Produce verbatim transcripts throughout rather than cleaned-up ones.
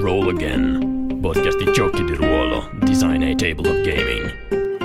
Roll Again, podcast di giochi di ruolo, design e tabletop gaming.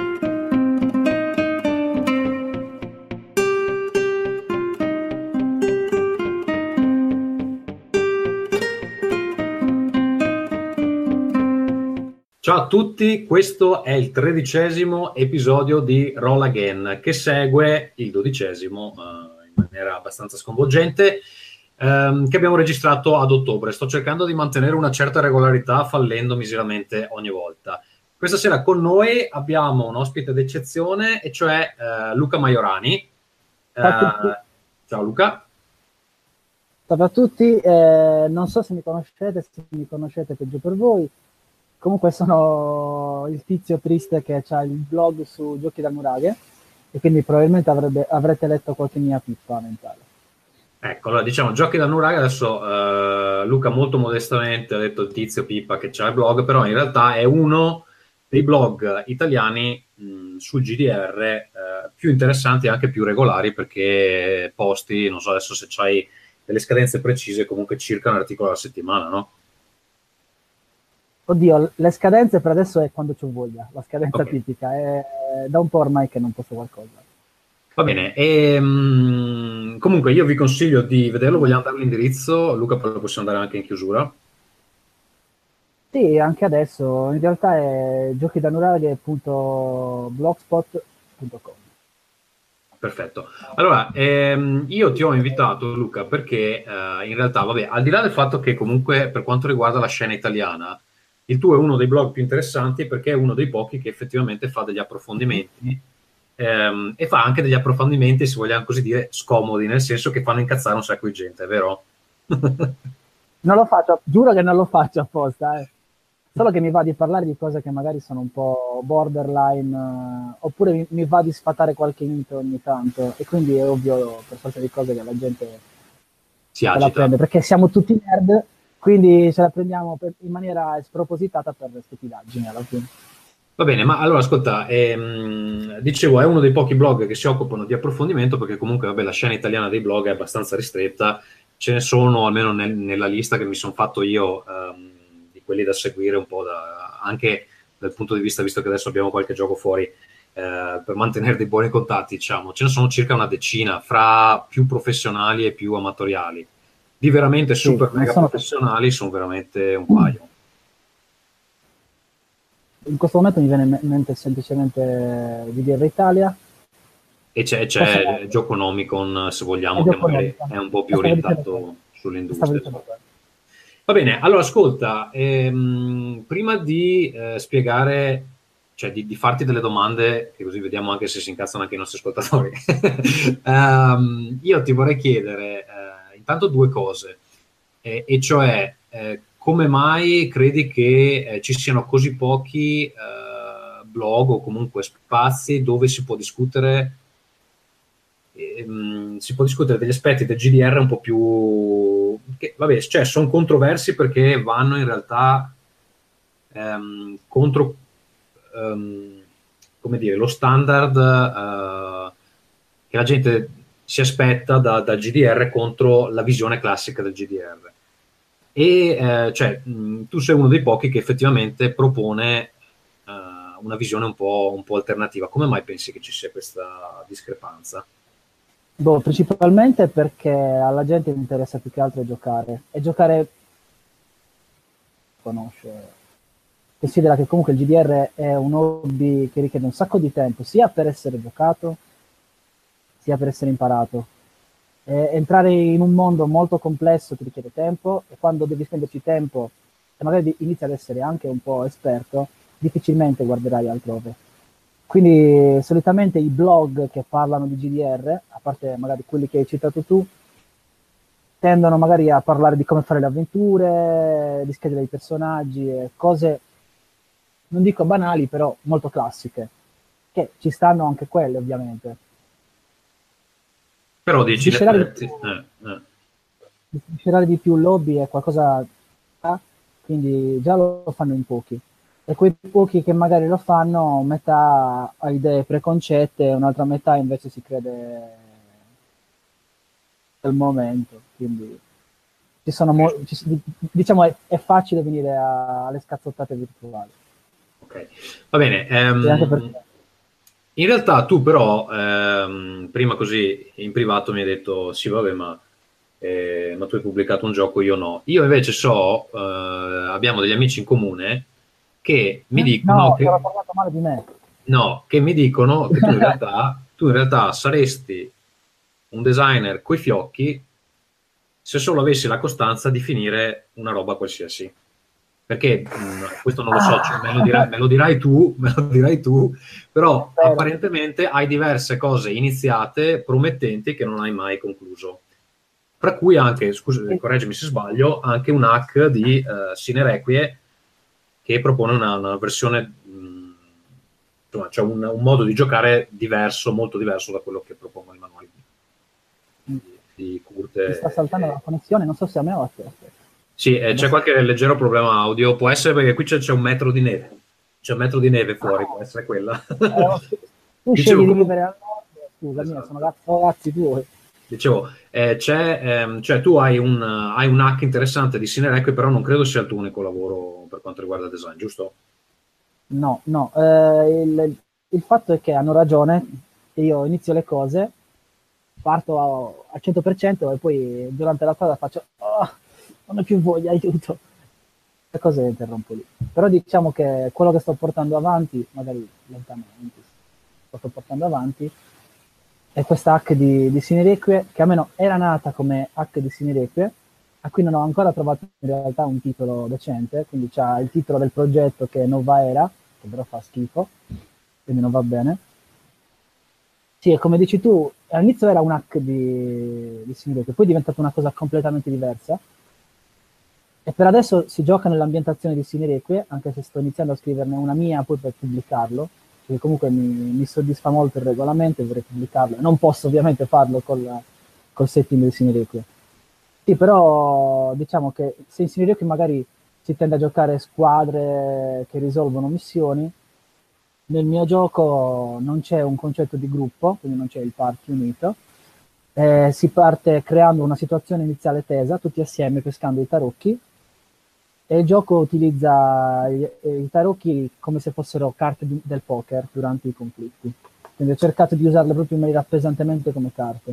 Ciao a tutti, questo è il tredicesimo episodio di Roll Again, che segue il dodicesimo uh, in maniera abbastanza sconvolgente, um, che abbiamo registrato ad ottobre. Sto cercando di mantenere una certa regolarità, fallendo miseramente ogni volta. Questa sera con noi abbiamo un ospite d'eccezione, e cioè uh, Luca Maiorani. Uh, ciao Luca. Ciao a tutti, eh, non so se mi conoscete, se mi conoscete peggio per voi. Comunque sono il tizio triste che ha il blog su Giochi da Nuraghe e quindi probabilmente avrebbe, avrete letto qualche mia pippa mentale. Ecco, allora diciamo Giochi da Nuraghe, adesso uh, Luca molto modestamente ha detto il tizio pippa che c'ha il blog, però in realtà è uno dei blog italiani mh, sul G D R uh, più interessanti e anche più regolari, perché posti, non so adesso se c'hai delle scadenze precise, comunque circa un articolo alla settimana, no? Oddio, le scadenze per adesso è quando c'ho voglia, la scadenza Okay. tipica, è da un po' ormai che non posso qualcosa. Va bene, e, mh, comunque io vi consiglio di vederlo, vogliamo dare l'indirizzo, Luca, poi lo possiamo dare anche in chiusura. Sì, anche adesso, in realtà è giochidanuraghe punto blogspot punto com. Perfetto. Allora, ehm, io ti ho invitato, Luca, perché eh, in realtà, vabbè, al di là del fatto che comunque per quanto riguarda la scena italiana, il tuo è uno dei blog più interessanti, perché è uno dei pochi che effettivamente fa degli approfondimenti ehm, e fa anche degli approfondimenti, se vogliamo così dire, scomodi, nel senso che fanno incazzare un sacco di gente, è vero? Non lo faccio, giuro che non lo faccio apposta, eh. Solo che mi va di parlare di cose che magari sono un po' borderline, eh, oppure mi, mi va di sfatare qualche mito ogni tanto, e quindi è ovvio per forza di cose che la gente Si se la agita. prende, perché siamo tutti nerd, quindi ce la prendiamo per, in maniera spropositata per stupidaggini alla fine. Va bene, ma allora ascolta, ehm, dicevo, è uno dei pochi blog che si occupano di approfondimento, perché comunque vabbè, la scena italiana dei blog è abbastanza ristretta, ce ne sono almeno nel, nella lista che mi sono fatto io, ehm, di quelli da seguire un po' da, anche dal punto di vista, visto che adesso abbiamo qualche gioco fuori, eh, per mantenere dei buoni contatti, diciamo, ce ne sono circa una decina, fra più professionali e più amatoriali. Di veramente Sì, super non mega sono- professionali sono veramente un paio. In questo momento mi viene in mente semplicemente G D R Italia. E c'è, Forse c'è no, Gioconomicon, se vogliamo, è che magari Gioconomico. è un po' più Stavo dicendo quello. orientato Stavo sull'industria. dicendo quello. Va bene, allora ascolta, ehm, prima di eh, spiegare, cioè di, di farti delle domande, che così vediamo anche se si incazzano anche i nostri ascoltatori, ehm, io ti vorrei chiedere eh, intanto due cose, eh, e cioè eh, come mai credi che eh, ci siano così pochi eh, blog o comunque spazi dove si può discutere ehm, si può discutere degli aspetti del G D R un po' più che, vabbè, cioè sono controversi perché vanno in realtà ehm, contro ehm, come dire, lo standard eh, che la gente si aspetta da, dal G D R contro la visione classica del G D R. E eh, cioè, mh, tu sei uno dei pochi che effettivamente propone eh, una visione un po', un po' alternativa. Come mai pensi che ci sia questa discrepanza? Boh, principalmente perché alla gente interessa più che altro giocare. E giocare conosce. Considera che comunque il G D R è un hobby che richiede un sacco di tempo, sia per essere giocato, sia per essere imparato. E entrare in un mondo molto complesso ti richiede tempo, e quando devi spenderci tempo e magari inizi ad essere anche un po' esperto, difficilmente guarderai altrove. Quindi solitamente i blog che parlano di G D R, a parte magari quelli che hai citato tu, tendono magari a parlare di come fare le avventure, di schede dei personaggi e cose, non dico banali, però molto classiche, che ci stanno anche quelle ovviamente. Però dici in Sviscerare di effetti più, eh, eh. sviscerare di più il lobby è qualcosa, ah, quindi già lo fanno in pochi. E quei pochi che magari lo fanno, metà ha idee preconcette, un'altra metà invece si crede del momento. Quindi ci sono mo- ci, diciamo è, è facile venire a, alle scazzottate virtuali. Ok, va bene. ehm, in realtà tu però, ehm, prima così in privato mi hai detto, sì vabbè, ma, eh, ma tu hai pubblicato un gioco, io no. Io invece so, eh, abbiamo degli amici in comune che mi dicono No, che... ti ho parlato male di me. No, che mi dicono che tu in realtà, tu in realtà saresti un designer coi fiocchi se solo avessi la costanza di finire una roba qualsiasi. Perché mh, questo non lo so, cioè, me, lo dirai, me lo dirai tu, me lo dirai tu, però Spero. apparentemente hai diverse cose iniziate, promettenti, che non hai mai concluso. Fra cui anche, scusa, correggimi se sbaglio, anche un hack di uh, Sine Requie che propone una, una versione, mh, insomma, cioè un, un modo di giocare diverso, molto diverso da quello che propongono i manuali di, di Curte. Mi sta saltando la connessione, non so se a me o a te. Sì, eh, c'è qualche leggero problema audio, può essere perché qui c'è, c'è un metro di neve, c'è un metro di neve fuori, può essere quella. Eh, tu Dicevo, scegli di comunque... vivere al nord, scusa, esatto. mia, sono ragazzi tuoi. Dicevo, eh, c'è, ehm, cioè tu hai un, hai un hack interessante di Sine Requie, però non credo sia il tuo unico lavoro per quanto riguarda il design, giusto? No, no, eh, il, il fatto è che hanno ragione, io inizio le cose, parto a- al cento per cento e poi durante la strada faccio oh, non ho più voglia, aiuto, le cose le interrompo lì. Però diciamo che quello che sto portando avanti, magari lentamente, sto portando avanti, è questa hack di, di Sine Requie, che almeno era nata come hack di Sine Requie, a cui non ho ancora trovato in realtà un titolo decente, quindi c'ha il titolo del progetto che è Nova Era, che però fa schifo, quindi non va bene. Sì, e come dici tu, all'inizio era un hack di, di Sine Requie, poi è diventata una cosa completamente diversa, e per adesso si gioca nell'ambientazione di Sine Requie, anche se sto iniziando a scriverne una mia poi per pubblicarlo, perché comunque mi, mi soddisfa molto il regolamento e vorrei pubblicarlo. Non posso ovviamente farlo col, col setting di Sine Requie. Sì, però diciamo che se in Sine Requie magari si tende a giocare squadre che risolvono missioni, nel mio gioco non c'è un concetto di gruppo, quindi non c'è il party unito. Eh, si parte creando una situazione iniziale tesa, tutti assieme pescando i tarocchi, e il gioco utilizza i, i tarocchi come se fossero carte di, del poker durante i conflitti. Quindi ho cercato di usarle proprio in maniera pesantemente come carte.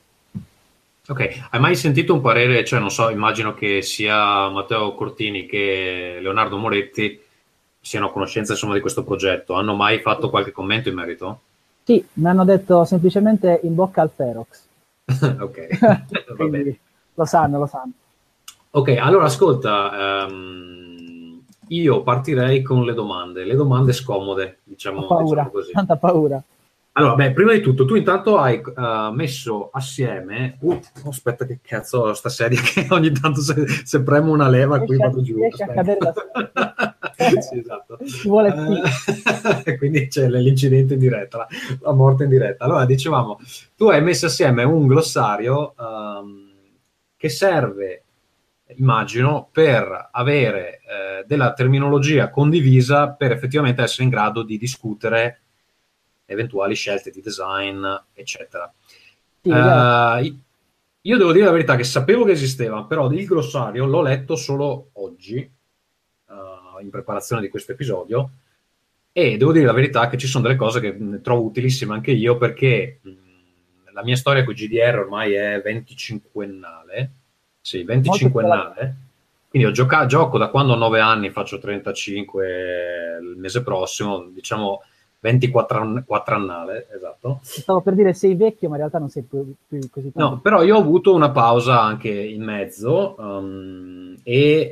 Ok, hai mai sentito un parere, cioè non so, immagino che sia Matteo Cortini che Leonardo Moretti siano a conoscenza insomma di questo progetto, hanno mai fatto qualche commento in merito? Sì, mi hanno detto semplicemente in bocca al Ferox. Ok, va bene. Lo sanno, lo sanno. Ok, allora ascolta, um, io partirei con le domande, le domande scomode, diciamo, Ho paura, diciamo così. tanta paura. Allora, beh, prima di tutto, tu intanto hai uh, messo assieme... Uh, aspetta che cazzo, sta sedia che ogni tanto se, se premo una leva qui vado giù. Riesci a cadere da sedia. Sì, esatto. Ci vuole uh, quindi c'è l'incidente in diretta, la, la morte in diretta. Allora, dicevamo, tu hai messo assieme un glossario um, che serve, immagino, per avere eh, della terminologia condivisa per effettivamente essere in grado di discutere eventuali scelte di design, eccetera. Sì, uh, io devo dire la verità che sapevo che esisteva, però il glossario l'ho letto solo oggi, uh, in preparazione di questo episodio, e devo dire la verità che ci sono delle cose che trovo utilissime anche io, perché mh, la mia storia con G D R ormai è venticinquennale, sì, venticinquennale, quindi ho giocato, gioco da quando ho nove anni, faccio trentacinque il mese prossimo, diciamo ventiquattrennale, esatto. Stavo per dire sei vecchio, ma in realtà non sei più, più così tanto. No, però io ho avuto una pausa anche in mezzo um, e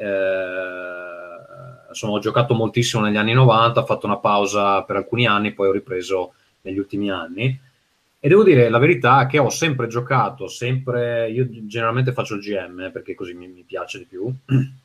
eh, insomma ho giocato moltissimo negli anni novanta, ho fatto una pausa per alcuni anni, poi ho ripreso negli ultimi anni. E devo dire la verità che ho sempre giocato, sempre, io generalmente faccio il G M perché così mi, mi piace di più.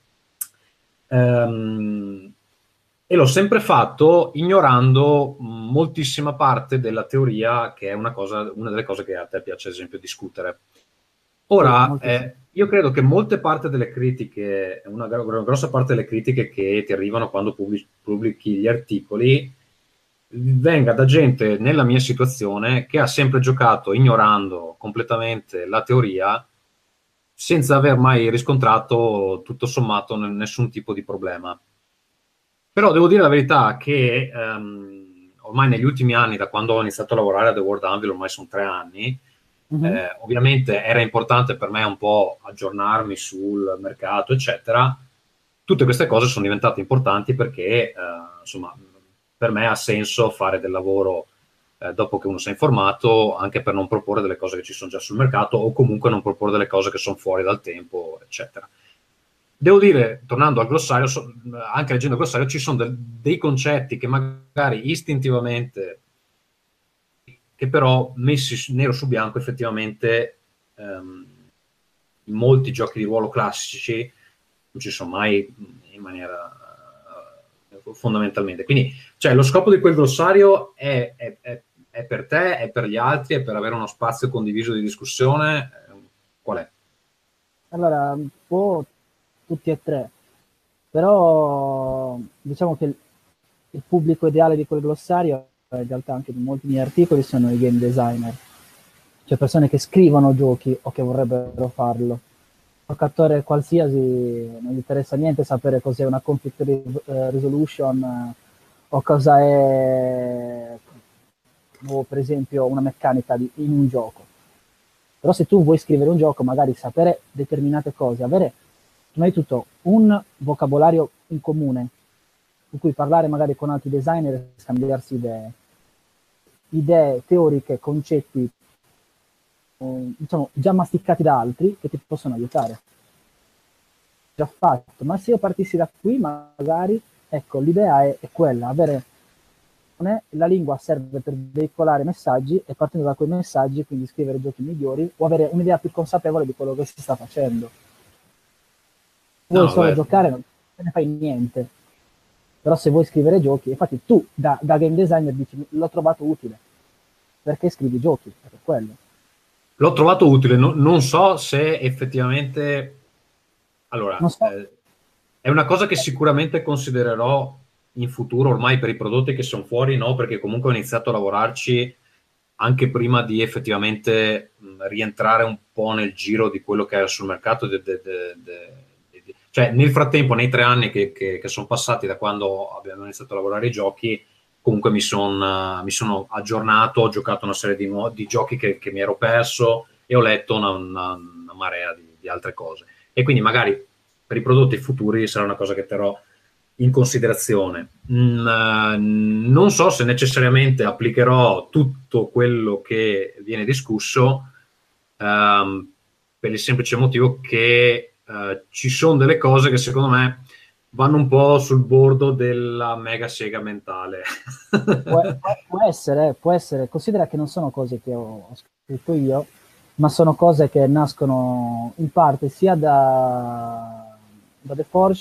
Um, e l'ho sempre fatto ignorando moltissima parte della teoria, che è una cosa, una delle cose che a te piace ad esempio discutere. Ora, Sì, eh, io credo che molte parte delle critiche, una, una grossa parte delle critiche che ti arrivano quando pubblici, pubblichi gli articoli, venga da gente nella mia situazione che ha sempre giocato ignorando completamente la teoria senza aver mai riscontrato tutto sommato n- nessun tipo di problema. Però devo dire la verità che ehm, ormai negli ultimi anni, da quando ho iniziato a lavorare a The World Anvil, ormai sono tre anni, Mhm. eh, ovviamente era importante per me un po' aggiornarmi sul mercato, eccetera. Tutte queste cose sono diventate importanti perché, eh, insomma, per me ha senso fare del lavoro eh, dopo che uno si è informato, anche per non proporre delle cose che ci sono già sul mercato o comunque non proporre delle cose che sono fuori dal tempo, eccetera. Devo dire, tornando al glossario, so- anche leggendo il glossario, ci sono del- dei concetti che magari istintivamente, che però messi su- nero su bianco effettivamente ehm, in molti giochi di ruolo classici non ci sono mai in maniera eh, fondamentalmente. Quindi, cioè, lo scopo di quel glossario è, è- è- è per te, è per gli altri, è per avere uno spazio condiviso di discussione. Eh, Qual è? Allora, un po' tutti e tre, però diciamo che il, il pubblico ideale di quel glossario, in realtà anche di molti miei articoli, sono i game designer, cioè persone che scrivono giochi o che vorrebbero farlo. Giocatore qualsiasi non gli interessa niente sapere cos'è una conflict re- eh, resolution eh, o cosa è, o per esempio, una meccanica di- in un gioco. Però se tu vuoi scrivere un gioco, magari sapere determinate cose, avere prima di tutto un vocabolario in comune, su cui parlare magari con altri designer e scambiarsi idee, idee teoriche, concetti eh, diciamo già masticati da altri che ti possono aiutare. Già fatto, ma se io partissi da qui, magari, ecco, l'idea è, è quella, avere la lingua serve per veicolare messaggi e partendo da quei messaggi quindi scrivere giochi migliori o avere un'idea più consapevole di quello che si sta facendo. Vuoi No, solo beh, giocare, non ne fai niente. Però se vuoi scrivere giochi, infatti tu da, da game designer dici l'ho trovato utile, perché scrivi giochi, è per quello. l'ho trovato utile, no- non so se effettivamente. Allora, Non so, eh, è una cosa che sicuramente considererò in futuro, ormai per i prodotti che sono fuori, no, perché comunque ho iniziato a lavorarci anche prima di effettivamente mh, rientrare un po' nel giro di quello che era sul mercato. de- de- de- de- de- cioè, nel frattempo, nei tre anni che, che- che sono passati da quando abbiamo iniziato a lavorare ai giochi, comunque mi, son, eh, mi sono aggiornato, ho giocato una serie di, nuo- di giochi che, che mi ero perso e ho letto una, una- una marea di, di altre cose. E quindi magari per i prodotti futuri sarà una cosa che terrò in considerazione. Mm, eh, non so se necessariamente applicherò tutto quello che viene discusso, ehm, per il semplice motivo che eh, ci sono delle cose che secondo me vanno un po' sul bordo della mega sega mentale. può, può- può essere, può essere, considera che non sono cose che ho, ho scritto io, ma sono cose che nascono in parte sia da, da The Forge,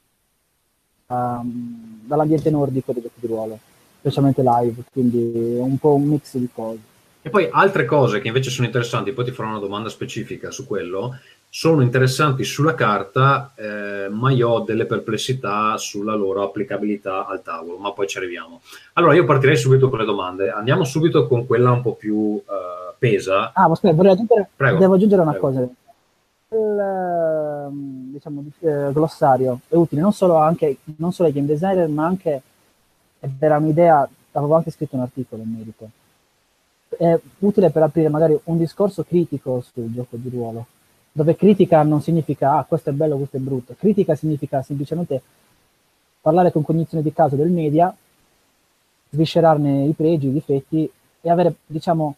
um, dall'ambiente nordico dei giochi di ruolo, specialmente live, quindi è un po' un mix di cose. E poi altre cose che invece sono interessanti, poi ti farò una domanda specifica su quello, sono interessanti sulla carta, eh, ma io ho delle perplessità sulla loro applicabilità al tavolo, ma poi ci arriviamo. Allora io partirei subito con le domande, andiamo subito con quella un po' più eh, pesa. Ah, ma aspetta, vorrei aggiungere, Prego, devo aggiungere una prego. cosa. Il ehm, diciamo, eh, glossario è utile non solo, anche, non solo ai game designer, ma anche, ed era un'idea, avevo anche scritto un articolo in merito, è utile per aprire magari un discorso critico sul gioco di ruolo, dove critica non significa ah, questo è bello, questo è brutto. Critica significa semplicemente parlare con cognizione di causa del media, sviscerarne i pregi, i difetti e avere, diciamo,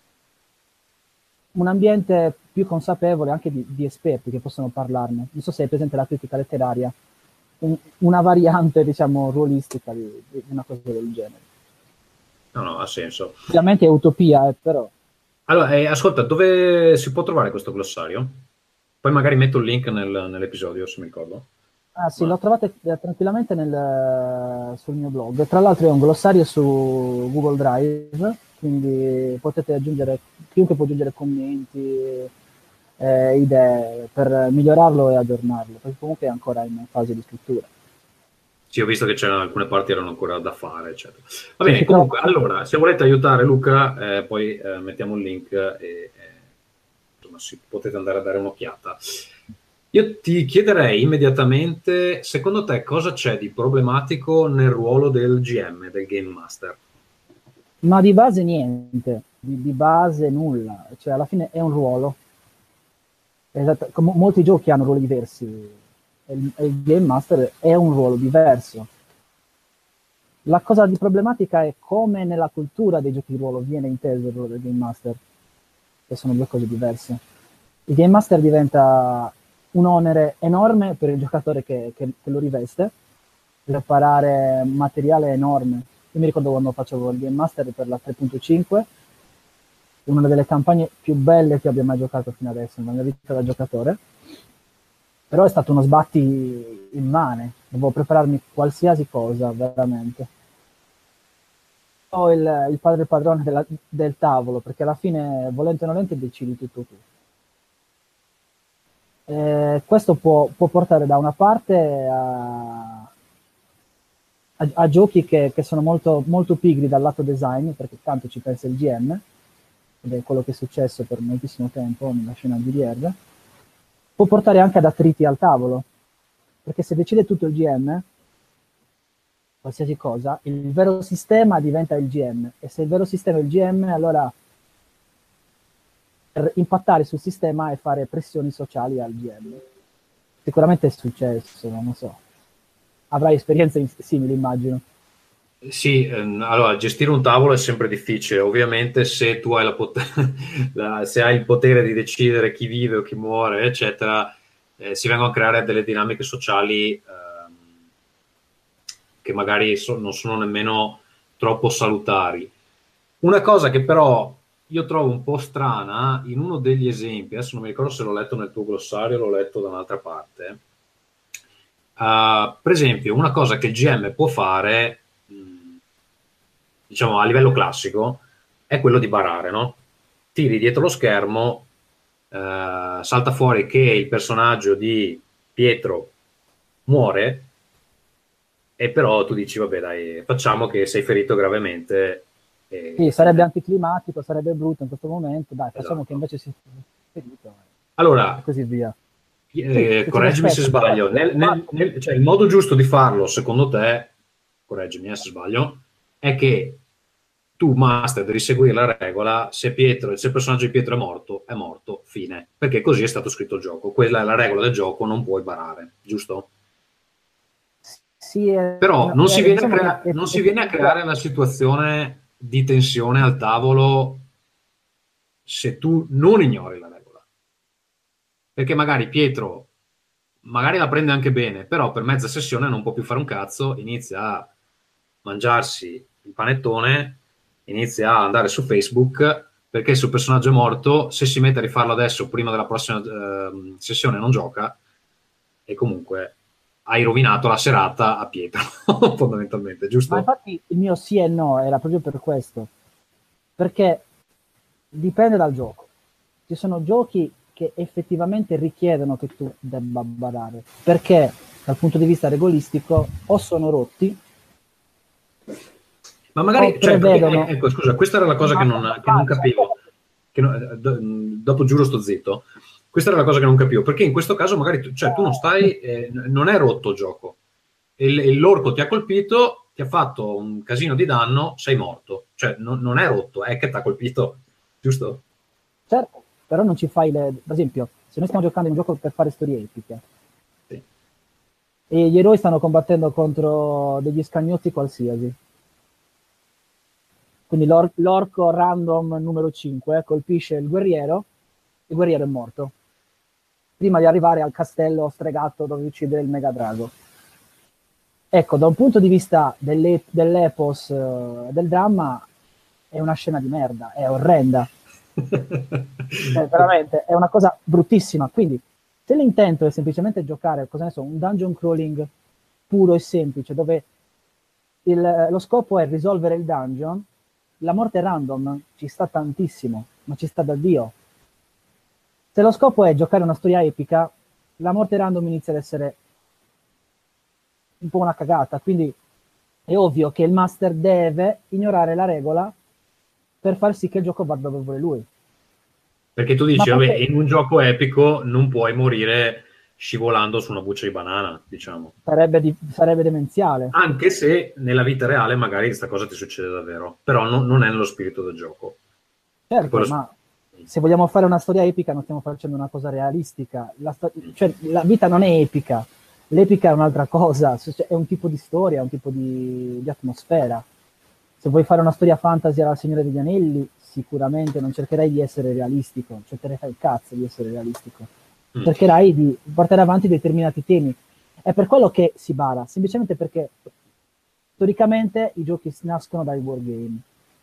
un ambiente più consapevole anche di, di esperti che possono parlarne. Non so se è presente la critica letteraria, un, una variante, diciamo, ruolistica di, di una cosa del genere. No, no, ha senso. Ovviamente è utopia, eh, però. Allora, eh, ascolta, dove si può trovare questo glossario? Poi magari metto il link nel- nell'episodio, se mi ricordo. Ah sì, Ma- lo trovate eh, tranquillamente nel, sul mio blog. Tra l'altro è un glossario su Google Drive, quindi potete aggiungere, chiunque può aggiungere commenti, eh, idee per migliorarlo e aggiornarlo, perché comunque è ancora in fase di scrittura. Sì, ho visto che c'erano alcune parti erano ancora da fare, eccetera. Va Se bene, si trova comunque, allora, se volete aiutare Luca, eh, poi eh, mettiamo il link e, e, insomma, si, potete andare a dare un'occhiata. Io ti chiederei immediatamente, secondo te cosa c'è di problematico nel ruolo del G M, del Game Master? Ma di base niente, di, di base nulla, cioè alla fine è un ruolo. Esatto, come molti giochi hanno ruoli diversi, e il, e il Game Master è un ruolo diverso. La cosa di problematica è come nella cultura dei giochi di ruolo viene inteso il ruolo del Game Master, che sono due cose diverse. Il Game Master diventa un onere enorme per il giocatore che, che, che lo riveste, preparare materiale enorme. Io mi ricordo quando facevo il Game Master per la tre punto cinque, una delle campagne più belle che abbia mai giocato fino adesso nella mia vita da giocatore, però è stato uno sbatti immane, dovevo prepararmi qualsiasi cosa, veramente. Ho il, il padre padrone della, del tavolo, perché alla fine, volente o nolente, decidi tutto tu. Eh, questo può, può portare da una parte a, a, a giochi che, che sono molto, molto pigri dal lato design, perché tanto ci pensa il G M, ed è quello che è successo per moltissimo tempo nella scena G D R. Può portare anche ad attriti al tavolo, perché se decide tutto il G M, qualsiasi cosa, il vero sistema diventa il G M, e se il vero sistema è il G M, allora per impattare sul sistema e fare pressioni sociali al G M. Sicuramente è successo, non so. Avrai esperienze simili, immagino. Sì, ehm, allora gestire un tavolo è sempre difficile. Ovviamente se tu hai la pot- la, se hai il potere di decidere chi vive o chi muore, eccetera, eh, si vengono a creare delle dinamiche sociali ehm, che magari so- non sono nemmeno troppo salutari. Una cosa che però io trovo un po' strana, in uno degli esempi, adesso non mi ricordo se l'ho letto nel tuo glossario o l'ho letto da un'altra parte, uh, per esempio una cosa che il G M può fare, mh, diciamo a livello classico, è quello di barare, no? Tiri dietro lo schermo, uh, salta fuori che il personaggio di Pietro muore, e però tu dici vabbè dai, facciamo che sei ferito gravemente. Sì, sarebbe anticlimatico, sarebbe brutto in questo momento, dai, facciamo esatto. Che invece si ferito allora, e così via. Eh, sì, correggimi se sbaglio, nel, nel, nel, cioè, il modo giusto di farlo, secondo te, correggimi eh, se sbaglio, è che tu, Master, devi seguire la regola: se Pietro, se il personaggio di Pietro è morto, è morto, fine, perché così è stato scritto il gioco. Quella è la regola del gioco, non puoi barare, giusto? Sì, è, Però non, è, si, è, viene diciamo a crea- che è, non è, si viene a creare la situazione di tensione al tavolo se tu non ignori la regola, perché magari Pietro magari la prende anche bene, però per mezza sessione non può più fare un cazzo, inizia a mangiarsi il panettone, inizia a andare su Facebook, perché il suo personaggio è morto, se si mette a rifarlo adesso prima della prossima eh, sessione non gioca, e comunque hai rovinato la serata a Pietro, fondamentalmente, giusto? Ma infatti il mio sì e no era proprio per questo, perché dipende dal gioco. Ci sono giochi che effettivamente richiedono che tu debba barare, perché dal punto di vista regolistico o sono rotti, ma magari, o cioè, perché, prevedono... ecco, scusa, questa era la cosa che non, che non capivo, che no, do, dopo giuro sto zitto, questa era la cosa che non capivo, perché in questo caso magari tu, cioè, tu non stai, eh, non è rotto il gioco, il, il l'orco ti ha colpito, ti ha fatto un casino di danno, sei morto, cioè non, non è rotto, è che ti ha colpito, giusto? Certo, però non ci fai le... Per esempio, se noi stiamo giocando in un gioco per fare storie epiche, Sì. E gli eroi stanno combattendo contro degli scagnotti qualsiasi, quindi l'or- l'orco random numero cinque colpisce il guerriero, il guerriero è morto prima di arrivare al castello stregato dove uccidere il mega drago. Ecco, da un punto di vista dell'e- dell'epos uh, del dramma è una scena di merda, è orrenda. Cioè, veramente è una cosa bruttissima. Quindi se l'intento è semplicemente giocare, cosa ne so, un dungeon crawling puro e semplice, dove il, lo scopo è risolvere il dungeon, la morte random ci sta tantissimo, ma ci sta da Dio. Se lo scopo è giocare una storia epica, la morte random inizia ad essere un po' una cagata, quindi è ovvio che il master deve ignorare la regola per far sì che il gioco vada dove vuole lui. Perché tu dici, Ma vabbè, perché in un gioco epico non puoi morire scivolando su una buccia di banana, diciamo. sarebbe, di- sarebbe demenziale. Anche se nella vita reale magari questa cosa ti succede davvero, però non, non è nello spirito del gioco. Che poi Certo, lo sp- ma se vogliamo fare una storia epica non stiamo facendo una cosa realistica. La, sto- cioè, la vita non è epica, l'epica è un'altra cosa, cioè, è un tipo di storia, è un tipo di, di atmosfera. Se vuoi fare una storia fantasy alla Signore degli Anelli, sicuramente non cercherai di essere realistico, cercherai il cazzo di essere realistico. Mm. Cercherai di portare avanti determinati temi. È per quello che si bara, semplicemente perché storicamente i giochi nascono dai wargame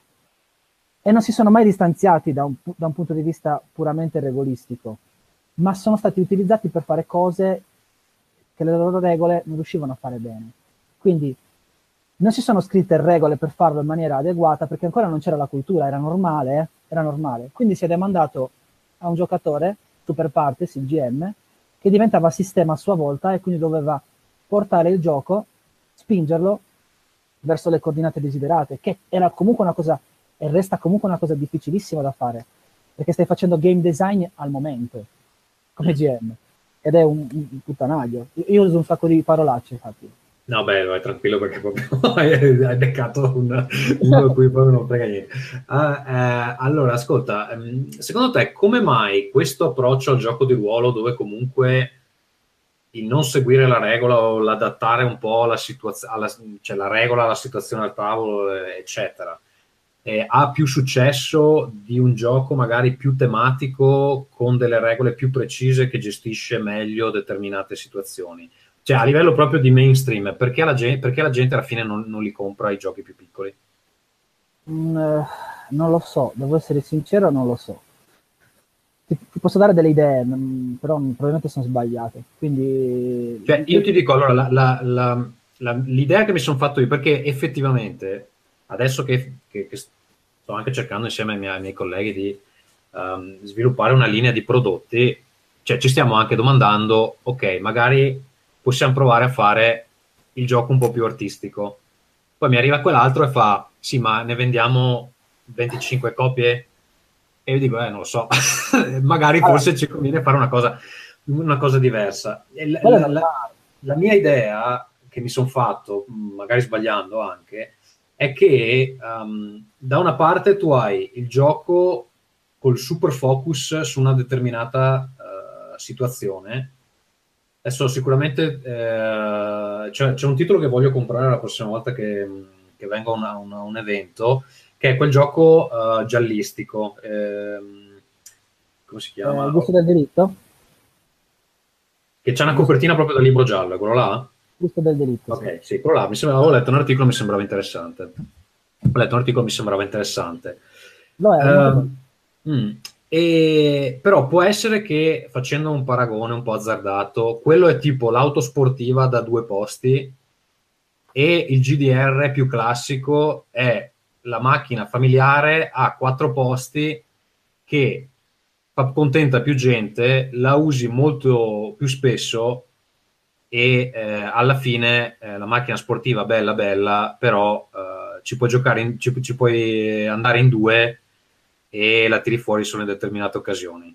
e non si sono mai distanziati da un, da un punto di vista puramente regolistico, ma sono stati utilizzati per fare cose che le loro regole non riuscivano a fare bene. Quindi non si sono scritte regole per farlo in maniera adeguata perché ancora non c'era la cultura, era normale, eh? Era normale. Quindi si è demandato a un giocatore, super partes, il G M, che diventava sistema a sua volta e quindi doveva portare il gioco, spingerlo verso le coordinate desiderate, che era comunque una cosa, e resta comunque una cosa difficilissima da fare, perché stai facendo game design al momento, come G M, ed è un, un puttanaglio. Io uso un sacco di parolacce, infatti. No, beh, vai tranquillo perché proprio hai beccato un, uno a cui proprio non frega niente. Ah, eh, allora, ascolta, ehm, secondo te come mai questo approccio al gioco di ruolo dove comunque il non seguire la regola o l'adattare un po' alla situazione, cioè la regola alla situazione al tavolo, eh, eccetera, eh, ha più successo di un gioco magari più tematico con delle regole più precise che gestisce meglio determinate situazioni? Cioè, a livello proprio di mainstream, perché la gente, perché la gente alla fine non, non li compra i giochi più piccoli? Mm, eh, non lo so, devo essere sincero, non lo so. Ti, ti posso dare delle idee, mm, però probabilmente sono sbagliate. Cioè, Quindi, io ti dico, allora, la- la- la- la- l'idea che mi sono fatto io, perché effettivamente, adesso che, che- che sto anche cercando insieme ai miei, ai miei colleghi di ehm, sviluppare una linea di prodotti, cioè ci stiamo anche domandando, ok, magari possiamo provare a fare il gioco un po' più artistico. Poi mi arriva quell'altro e fa, sì, ma ne vendiamo venticinque copie? E io dico, eh, non lo so, magari allora, forse ci conviene fare una cosa, una cosa diversa. E la, quello è la- la- normale. la mia idea, che mi sono fatto, magari sbagliando anche, è che um, da una parte tu hai il gioco col super focus su una determinata uh, situazione. Adesso sicuramente eh, c'è, c'è un titolo che voglio comprare la prossima volta che, che venga una- una- un evento, che è quel gioco uh, giallistico. Ehm, come si Eh, il chiama? gusto del diritto? Che c'è una Il gusto, copertina proprio da libro giallo, è quello là? gusto del diritto, sì. Ok, sì, quello là. Mi sembra, avevo letto un articolo, mi sembrava interessante. Ho letto un articolo, mi sembrava interessante. Lo è, molto bello. Ehm, mm, e- però può essere che facendo un paragone un po' azzardato, quello è tipo l'auto sportiva da due posti e il G D R più classico è la macchina familiare a quattro posti che fa contenta più gente, la usi molto più spesso e eh, alla fine eh, la macchina sportiva bella bella, però eh, ci puoi giocare in- ci, ci puoi andare in due e la tiri fuori solo in determinate occasioni.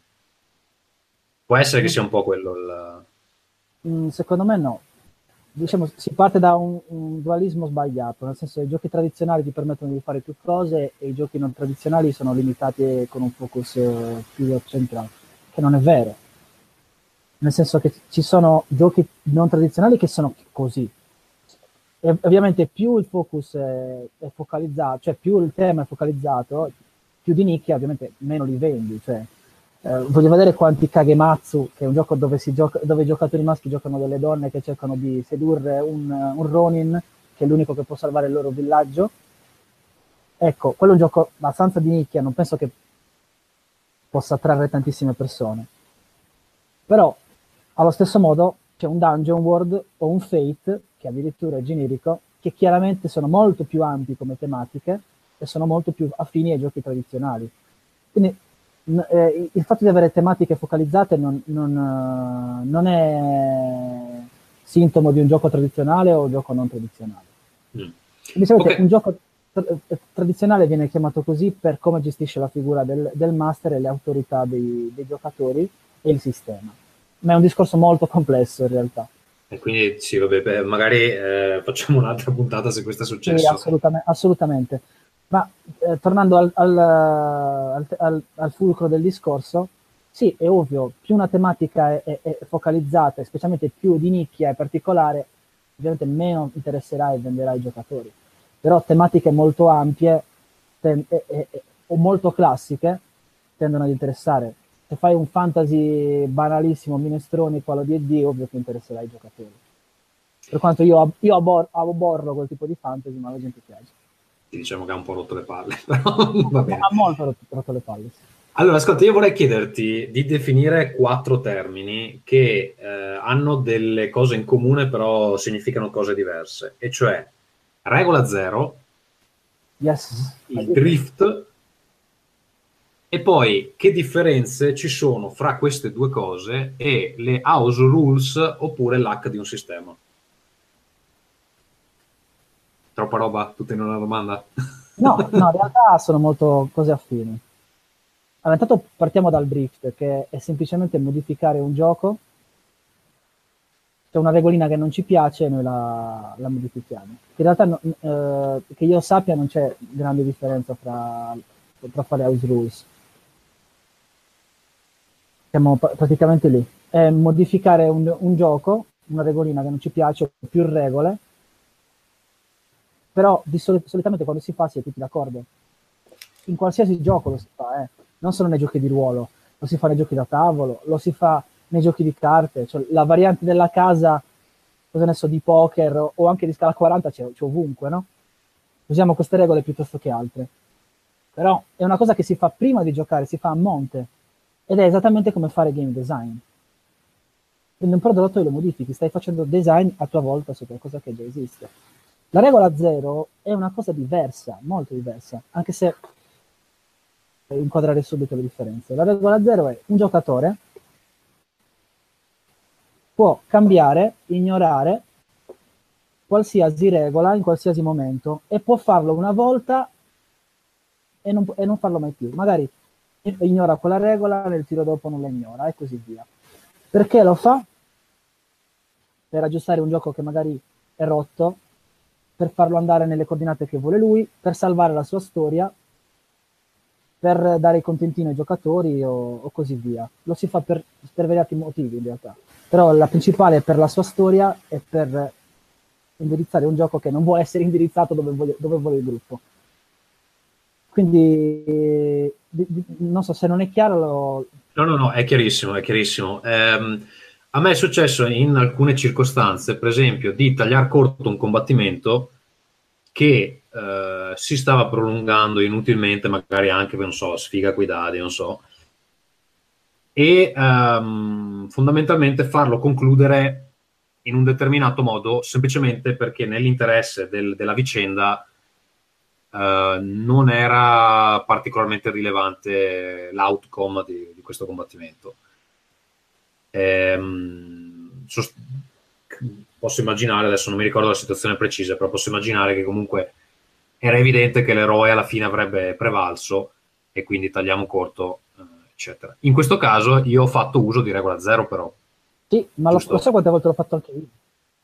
Può essere che sia un po' quello il... Mm, secondo me no. Diciamo, si parte da un, un dualismo sbagliato, nel senso che i giochi tradizionali ti permettono di fare più cose e i giochi non tradizionali sono limitati con un focus eh, più centrato, che non è vero. Nel senso che ci sono giochi non tradizionali che sono così. E ovviamente più il focus è, è focalizzato, cioè più il tema è focalizzato, più di nicchia, ovviamente meno li vendi. Cioè, eh, voglio vedere quanti Kagematsu, che è un gioco dove, si gioca, dove i giocatori maschi giocano delle donne che cercano di sedurre un, un Ronin, che è l'unico che può salvare il loro villaggio. Ecco, quello è un gioco abbastanza di nicchia, non penso che possa attrarre tantissime persone. Però, allo stesso modo, c'è un Dungeon World o un Fate, che addirittura è generico, che chiaramente sono molto più ampi come tematiche e sono molto più affini ai giochi tradizionali. Quindi eh, il fatto di avere tematiche focalizzate non, non, uh, non è sintomo di un gioco tradizionale o un gioco non tradizionale. Mm. Diciamo Ok. che un gioco, tradizionale viene chiamato così per come gestisce la figura del, del master e le autorità dei, dei giocatori e il sistema. Ma è un discorso molto complesso in realtà. E quindi sì, vabbè, beh, magari eh, facciamo un'altra puntata se questo è successo. Sì, assolutamente, assolutamente. Ma eh, tornando al, al, al, al, al fulcro del discorso, sì, è ovvio, più una tematica è, è, è focalizzata, specialmente più di nicchia e particolare, ovviamente meno interesserà e venderà ai giocatori. Però tematiche molto ampie ten- e, e, e, o molto classiche tendono ad interessare. Se fai un fantasy banalissimo, minestrone, quello di D and D, ovvio che interesserà ai giocatori. Per quanto io, io abbor- aborro quel tipo di fantasy, ma la gente piace. Diciamo che ha un po' rotto le palle, però va bene. Ha molto rotto, rotto le palle. Sì. Allora, ascolta, io vorrei chiederti di definire quattro termini che eh, hanno delle cose in comune, però significano cose diverse, e cioè regola zero, Yes. il drift, e poi che differenze ci sono fra queste due cose e le house rules oppure l'hack di un sistema. Troppa roba? Tutta in una domanda? No, no, in realtà sono molto cose affini. Allora, intanto partiamo dal drift, che è semplicemente modificare un gioco. C'è una regolina che non ci piace e noi la, la modifichiamo. In realtà, no, eh, che io sappia, non c'è grande differenza fra, tra fare house rules. Siamo pa- praticamente lì. È modificare un, un gioco, una regolina che non ci piace, più regole, però di soli- solitamente quando si fa si è tutti d'accordo. In qualsiasi gioco lo si fa, eh. Non solo nei giochi di ruolo, lo si fa nei giochi da tavolo, lo si fa nei giochi di carte, cioè la variante della casa, cosa ne so, di poker o, o anche di scala quaranta c'è, c'è ovunque, no? Usiamo queste regole piuttosto che altre. Però è una cosa che si fa prima di giocare, si fa a monte, ed è esattamente come fare game design. Prendi un prodotto e lo modifichi, stai facendo design a tua volta su qualcosa che già esiste. La regola zero è una cosa diversa, molto diversa, anche se inquadrare subito le differenze. La regola zero è un giocatore può cambiare, ignorare qualsiasi regola in qualsiasi momento e può farlo una volta e non, e non farlo mai più. Magari ignora quella regola, nel tiro dopo non la ignora e così via. Perché lo fa? Per aggiustare un gioco che magari è rotto, per farlo andare nelle coordinate che vuole lui, per salvare la sua storia, per dare il contentino ai giocatori o, o così via. Lo si fa per, per svariati motivi in realtà, però la principale è per la sua storia e per indirizzare un gioco che non vuole essere indirizzato dove vuole, dove vuole il gruppo. Quindi di, di, non so se non è chiaro. Lo... No, no, no, è chiarissimo, è chiarissimo. Ehm, a me è successo in alcune circostanze, per esempio, di tagliar corto un combattimento che eh, si stava prolungando inutilmente, magari anche, non so, sfiga coi dadi, non so, e ehm, fondamentalmente farlo concludere in un determinato modo, semplicemente perché nell'interesse del, della vicenda eh, non era particolarmente rilevante l'outcome di, di questo combattimento. Ehm, sost- posso immaginare, adesso non mi ricordo la situazione precisa, però posso immaginare che comunque era evidente che l'eroe alla fine avrebbe prevalso e quindi tagliamo corto, eh, eccetera. In questo caso io ho fatto uso di regola zero, però. Sì, ma lo, lo so quante volte l'ho fatto anche io.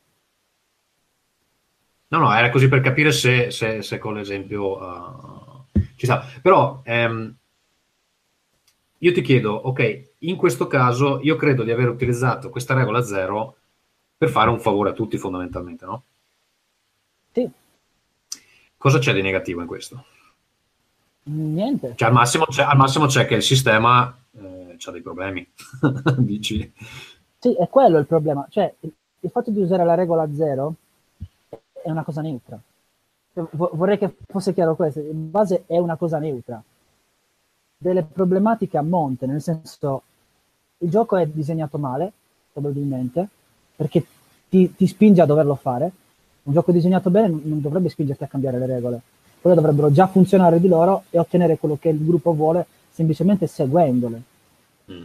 No, no, era così per capire se, se, se con l'esempio uh, ci sta. Però ehm, io ti chiedo, ok, in questo caso io credo di aver utilizzato questa regola zero per fare un favore a tutti fondamentalmente, no? Sì. Cosa c'è di negativo in questo? Niente. Cioè, al massimo c'è, al massimo c'è che il sistema eh, ha dei problemi, dici? Sì, è quello il problema. Cioè, il, il fatto di usare la regola zero è una cosa neutra. Vorrei che fosse chiaro questo. In base è una cosa neutra. Delle problematiche a monte, nel senso, il gioco è disegnato male, probabilmente, perché ti, ti spinge a doverlo fare. Un gioco disegnato bene non dovrebbe spingerti a cambiare le regole. Quelle dovrebbero già funzionare di loro e ottenere quello che il gruppo vuole semplicemente seguendole. Mm.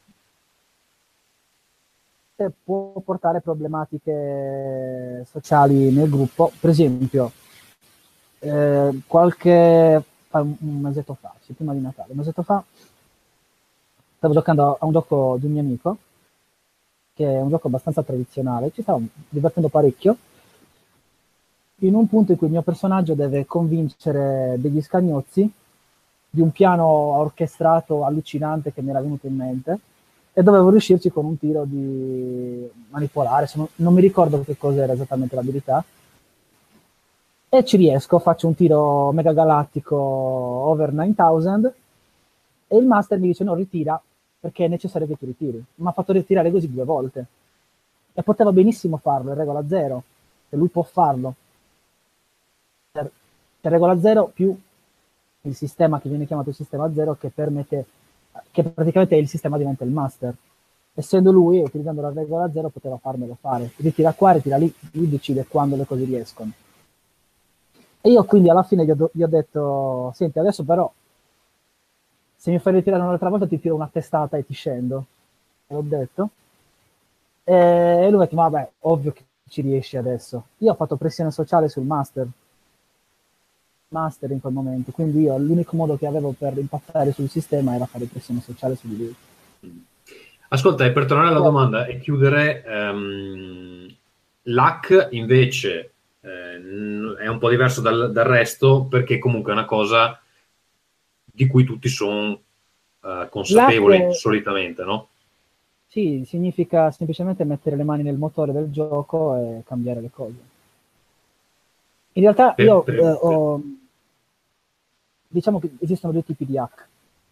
Può portare problematiche sociali nel gruppo. Per esempio, eh, qualche un mesetto fa, sì, prima di Natale, un mesetto fa, stavo giocando a un gioco di un mio amico, che è un gioco abbastanza tradizionale, ci stavo divertendo parecchio, in un punto in cui il mio personaggio deve convincere degli scagnozzi di un piano orchestrato allucinante che mi era venuto in mente, e dovevo riuscirci con un tiro di manipolare, non, non mi ricordo che cos'era esattamente l'abilità, e ci riesco, faccio un tiro mega galattico over novemila, e il master mi dice no, ritira, perché è necessario che tu ritiri. Mi ha fatto ritirare così due volte, e poteva benissimo farlo, è regola zero, se lui può farlo. Per, per regola zero più il sistema che viene chiamato il sistema zero, che permette, che praticamente il sistema diventa il master. Essendo lui, utilizzando la regola zero, poteva farmelo fare. Ritira qua, ritira lì, lui decide quando le cose riescono. E io quindi alla fine gli ho, gli ho detto, senti, adesso però, se mi fai ritirare un'altra volta ti tiro una testata e ti scendo. E l'ho detto. E lui mi ha detto, vabbè, ovvio che ci riesci adesso. Io ho fatto pressione sociale sul master. Master in quel momento, quindi io l'unico modo che avevo per impattare sul sistema era fare pressione sociale su di lui. Ascolta, e per tornare alla domanda e chiudere, um, l'hack invece eh, è un po' diverso dal, dal resto, perché comunque è una cosa di cui tutti sono uh, consapevoli è... solitamente, no? Sì, significa semplicemente mettere le mani nel motore del gioco e cambiare le cose. In realtà per, io per, eh, ho... diciamo che esistono due tipi di hack,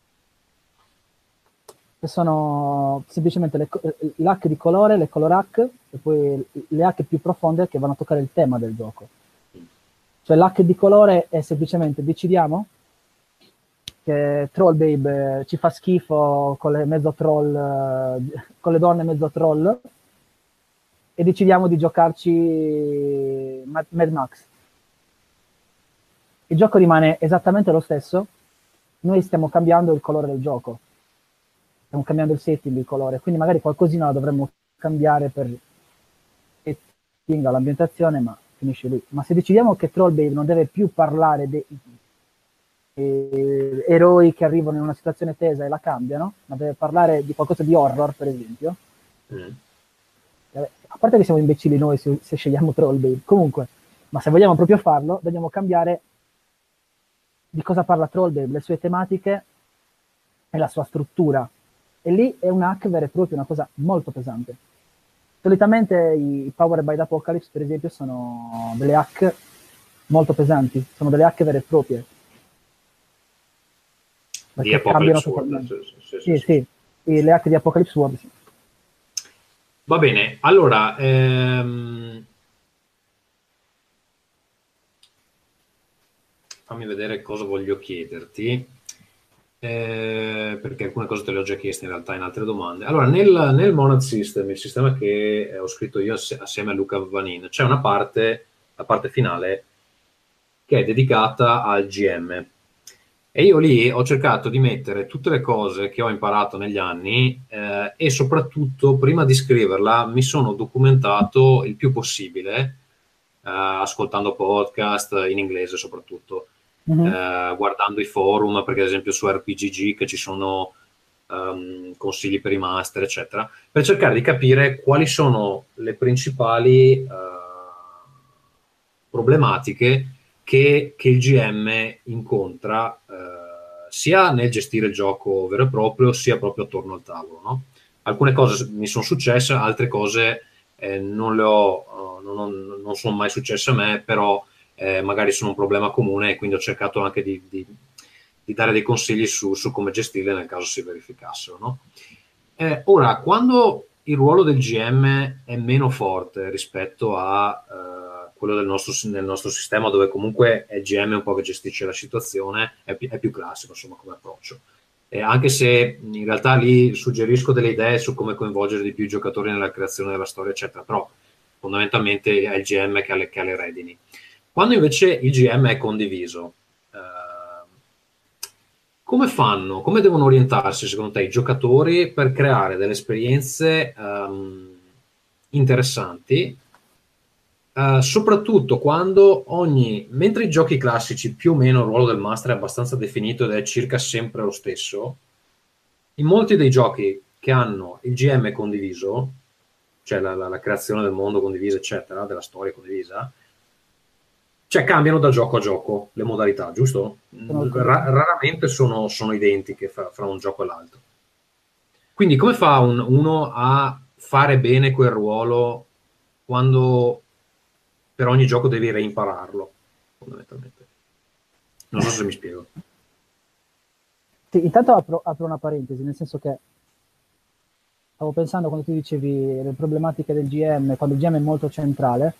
che sono semplicemente le, l'hack di colore, le color hack, e poi le hack più profonde che vanno a toccare il tema del gioco. Cioè l'hack di colore è semplicemente decidiamo che Trollbabe ci fa schifo con le mezzo troll, con le donne mezzo troll, e decidiamo di giocarci Mad Max. Il gioco rimane esattamente lo stesso, noi stiamo cambiando il colore del gioco, stiamo cambiando il setting, il colore, quindi magari qualcosina la dovremmo cambiare per setting, l'ambientazione, ma finisce lì. Ma se decidiamo che Trollbabe non deve più parlare dei eh, eroi che arrivano in una situazione tesa e la cambiano, ma deve parlare di qualcosa di horror, per esempio, mm. eh, a parte che siamo imbecilli noi se, se scegliamo Trollbabe, comunque, ma se vogliamo proprio farlo, dobbiamo cambiare di cosa parla Trollbabe, le sue tematiche e la sua struttura. E lì è un hack vero e proprio, una cosa molto pesante. Solitamente i Powered by the Apocalypse, per esempio, sono delle hack molto pesanti, sono delle hack vere e proprie. Perché cambiano totalmente. Sì, sì, sì, sì. Le hack di Apocalypse World, sì. Va bene, allora... Ehm... fammi vedere cosa voglio chiederti, eh, perché alcune cose te le ho già chieste in realtà in altre domande. Allora, nel, nel Monad System, il sistema che ho scritto io assieme a Luca Vanin, c'è una parte, la parte finale, che è dedicata al G M. E io lì ho cercato di mettere tutte le cose che ho imparato negli anni eh, e soprattutto, prima di scriverla, mi sono documentato il più possibile, eh, ascoltando podcast in inglese soprattutto. Mm-hmm. Eh, guardando i forum, perché ad esempio su R P G G che ci sono um, consigli per i master eccetera, per cercare di capire quali sono le principali uh, problematiche che, che il G M incontra uh, sia nel gestire il gioco vero e proprio, sia proprio attorno al tavolo, no? Alcune cose mi sono successe, altre cose eh, non le ho, uh, non, non, non sono mai successe a me, però Eh, magari sono un problema comune, e quindi ho cercato anche di, di, di dare dei consigli su, su come gestirle nel caso si verificassero, no? Eh, ora, quando il ruolo del G M è meno forte rispetto a eh, quello del nostro, nel nostro sistema, dove comunque è il G M un po' che gestisce la situazione, è, è più classico insomma come approccio, eh, anche se in realtà lì suggerisco delle idee su come coinvolgere di più i giocatori nella creazione della storia eccetera, però fondamentalmente è il G M che ha le, che ha le redini. Quando invece il G M è condiviso, eh, come fanno, come devono orientarsi secondo te i giocatori per creare delle esperienze um, interessanti Uh, soprattutto quando ogni, mentre i giochi classici più o meno il ruolo del master è abbastanza definito ed è circa sempre lo stesso, in molti dei giochi che hanno il G M condiviso, cioè la, la, la creazione del mondo condivisa, eccetera, della storia condivisa, cioè cambiano da gioco a gioco le modalità, giusto? Ra- raramente sono, sono identiche fra, fra un gioco e l'altro. Quindi come fa un, uno a fare bene quel ruolo quando per ogni gioco devi reimpararlo, fondamentalmente? Non so se mi spiego. Sì, intanto apro, apro una parentesi, nel senso che stavo pensando quando tu dicevi le problematiche del G M, quando il G M è molto centrale,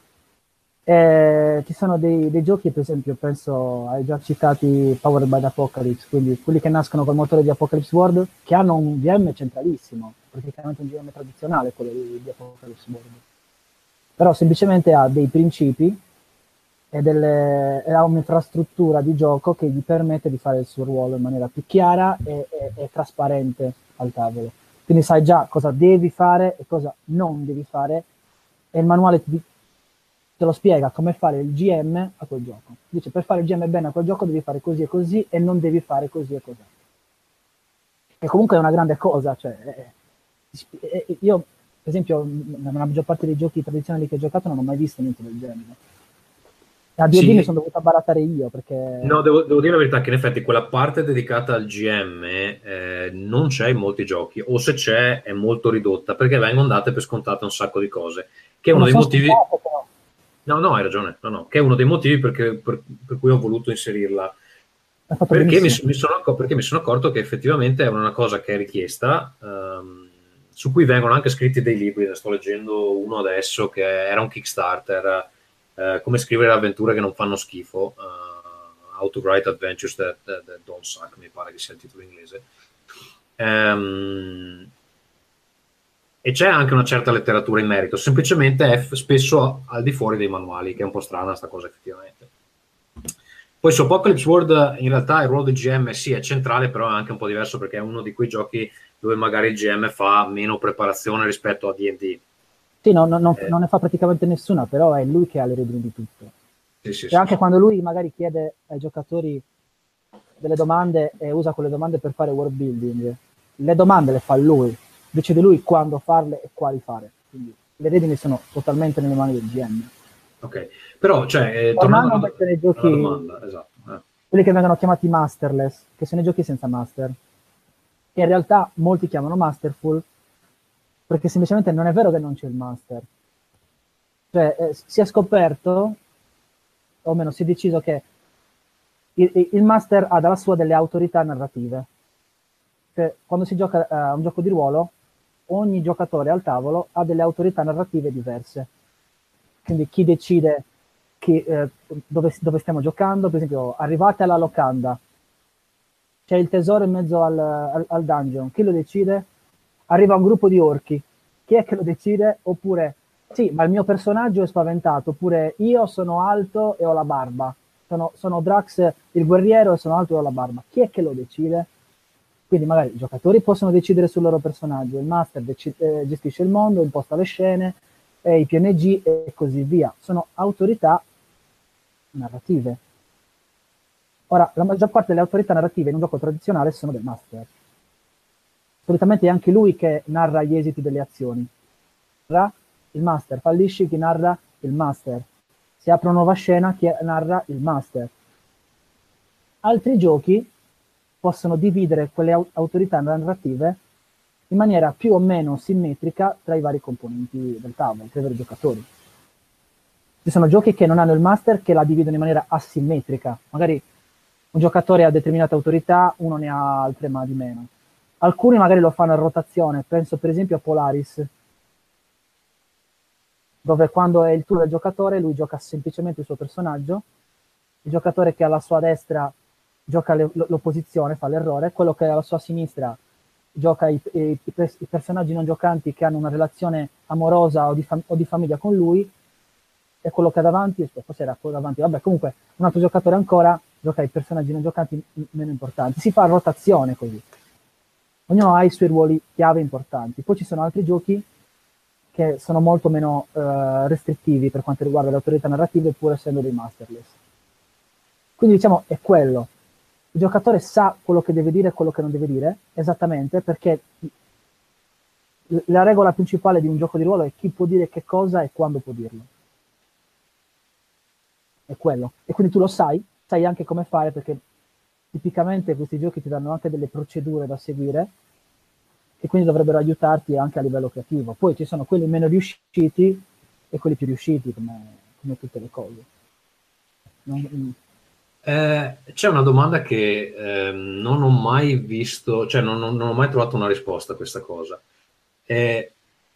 eh, ci sono dei, dei giochi, per esempio, penso ai già citati Powered by the Apocalypse, quindi quelli che nascono col motore di Apocalypse World, che hanno un G M centralissimo, praticamente un G M tradizionale, quello di, di Apocalypse World. Però semplicemente ha dei principi e, delle, e ha un'infrastruttura di gioco che gli permette di fare il suo ruolo in maniera più chiara e, e, e trasparente al tavolo. Quindi sai già cosa devi fare e cosa non devi fare, e il manuale ti, te lo spiega come fare il G M a quel gioco. Dice, per fare il G M bene a quel gioco devi fare così e così e non devi fare così e così. E comunque è una grande cosa, cioè, eh, eh, io per esempio nella maggior parte dei giochi tradizionali che ho giocato non ho mai visto niente del genere. A D and D Sì. mi sono dovuto barattare io perché... No, devo, devo dire la verità che in effetti quella parte dedicata al G M eh, non c'è in molti giochi, o se c'è è molto ridotta, perché vengono date per scontate un sacco di cose, che è uno dei motivi... Scontate, però. No, no, hai ragione, no, no, che è uno dei motivi perché, per, per cui ho voluto inserirla. Fatto Perché mi, benissimo. mi sono, perché mi sono accorto che effettivamente è una cosa che è richiesta, um, su cui vengono anche scritti dei libri, ne sto leggendo uno adesso che era un Kickstarter, uh, come scrivere avventure che non fanno schifo, uh, How to Write Adventures that, that, that Don't Suck, mi pare che sia il titolo inglese. Um, e c'è anche una certa letteratura in merito, semplicemente è f- spesso al di fuori dei manuali, che è un po' strana sta cosa effettivamente. Poi su Apocalypse World in realtà il ruolo del G M sì è centrale, però è anche un po' diverso perché è uno di quei giochi dove magari il G M fa meno preparazione rispetto a D and D. Sì, no, no, no, Eh. non ne fa praticamente nessuna, però è lui che ha le redini di tutto. Sì, sì, E sì, anche sì. quando lui magari chiede ai giocatori delle domande e usa quelle domande per fare world building, le domande le fa lui, decide lui quando farle e quali fare. Quindi le redini sono totalmente nelle mani del G M. Ok, però cioè, eh, Tornando tornando invece nei giochi, alla domanda, esatto. Eh. quelli che vengono chiamati masterless, che sono i giochi senza master, che in realtà molti chiamano masterful, perché semplicemente non è vero che non c'è il master. Cioè, eh, si è scoperto, o meno si è deciso che il, il master ha dalla sua delle autorità narrative. Cioè, quando si gioca a uh, un gioco di ruolo, ogni giocatore al tavolo ha delle autorità narrative diverse. Quindi chi decide chi, eh, dove, dove stiamo giocando, per esempio, arrivate alla locanda, c'è il tesoro in mezzo al, al, al dungeon, chi lo decide? Arriva un gruppo di orchi, chi è che lo decide? Oppure, sì, ma il mio personaggio è spaventato, oppure io sono alto e ho la barba, sono, sono Drax il guerriero e sono alto e ho la barba, chi è che lo decide? Quindi magari i giocatori possono decidere sul loro personaggio, il master dec- eh, gestisce il mondo, imposta le scene, eh, i P N G e così via. Sono autorità narrative. Ora, la maggior parte delle autorità narrative in un gioco tradizionale sono del master. Solitamente è anche lui che narra gli esiti delle azioni. Il master fallisce, chi narra? Il master. Si apre una nuova scena, chi narra? Il master. Altri giochi possono dividere quelle autorità narrative in maniera più o meno simmetrica tra i vari componenti del tavolo, tra i vari giocatori. Ci sono giochi che non hanno il master che la dividono in maniera asimmetrica. Magari un giocatore ha determinate autorità, uno ne ha altre ma di meno. Alcuni magari lo fanno a rotazione, penso per esempio a Polaris, dove quando è il turno del giocatore lui gioca semplicemente il suo personaggio, il giocatore che è alla sua destra gioca le, l'opposizione, fa l'errore, quello che è alla sua sinistra gioca i, i, i personaggi non giocanti che hanno una relazione amorosa o di, fam- o di famiglia con lui, e quello che ha davanti, forse era quello davanti, vabbè, comunque un altro giocatore ancora gioca i personaggi non giocanti meno importanti. Si fa rotazione così. Ognuno ha i suoi ruoli chiave importanti. Poi ci sono altri giochi che sono molto meno uh, restrittivi per quanto riguarda le autorità narrative, pur essendo dei masterless. Quindi diciamo è quello. Il giocatore sa quello che deve dire e quello che non deve dire, esattamente, perché la regola principale di un gioco di ruolo è chi può dire che cosa e quando può dirlo. È quello. E quindi tu lo sai, sai anche come fare, perché tipicamente questi giochi ti danno anche delle procedure da seguire, e quindi dovrebbero aiutarti anche a livello creativo. Poi ci sono quelli meno riusciti e quelli più riusciti, come, come tutte le cose. Non, Eh, c'è una domanda che eh, non ho mai visto, cioè non, non, non ho mai trovato una risposta a questa cosa. Eh,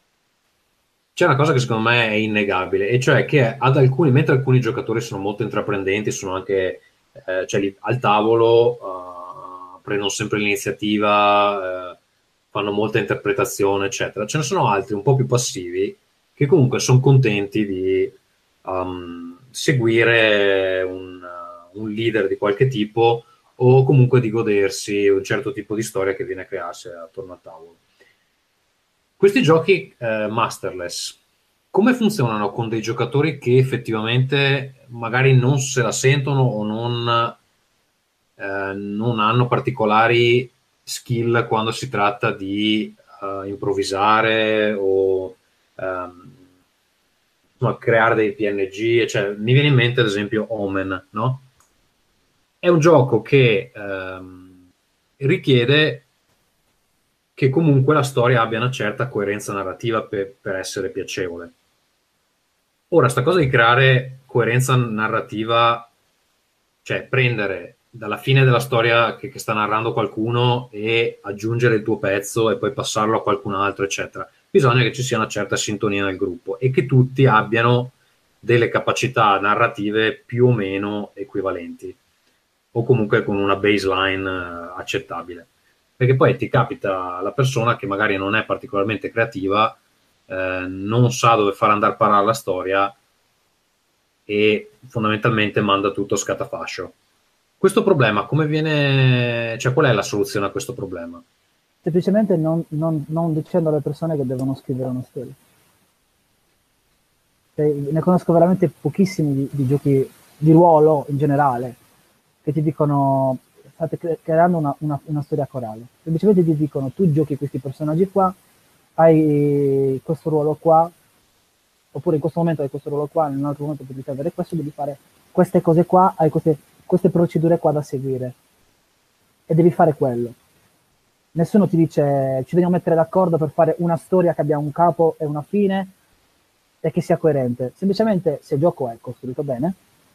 c'è una cosa che secondo me è innegabile, e cioè che ad alcuni, mentre alcuni giocatori sono molto intraprendenti, sono anche eh, cioè, lì, al tavolo, uh, prendono sempre l'iniziativa, eh, fanno molta interpretazione, eccetera. Ce ne sono altri un po' più passivi che comunque sono contenti di um, seguire un un leader di qualche tipo, o comunque di godersi un certo tipo di storia che viene a crearsi attorno al tavolo. Questi giochi eh, masterless, come funzionano con dei giocatori che effettivamente magari non se la sentono o non, eh, non hanno particolari skill quando si tratta di uh, improvvisare o um, insomma, creare dei P N G? Cioè, mi viene in mente ad esempio Omen, no? È un gioco che ehm, richiede che comunque la storia abbia una certa coerenza narrativa per, per essere piacevole. Ora, sta cosa di creare coerenza narrativa, cioè prendere dalla fine della storia che, che sta narrando qualcuno e aggiungere il tuo pezzo e poi passarlo a qualcun altro, eccetera. Bisogna che ci sia una certa sintonia nel gruppo e che tutti abbiano delle capacità narrative più o meno equivalenti, o comunque con una baseline uh, accettabile, perché poi ti capita la persona che magari non è particolarmente creativa, eh, non sa dove far andare a parare la storia e fondamentalmente manda tutto a scatafascio. Questo problema come viene, cioè qual è la soluzione a questo problema? Semplicemente non, non, non dicendo alle persone che devono scrivere una storia. Cioè, ne conosco veramente pochissimi di, di giochi di ruolo in generale che ti dicono state cre- creando una, una, una storia corale. Semplicemente ti dicono tu giochi questi personaggi qua, hai questo ruolo qua, oppure in questo momento hai questo ruolo qua, in un altro momento devi avere questo, devi fare queste cose qua, hai queste, queste procedure qua da seguire e devi fare quello. Nessuno ti dice ci dobbiamo mettere d'accordo per fare una storia che abbia un capo e una fine e che sia coerente. Semplicemente se il gioco è costruito bene,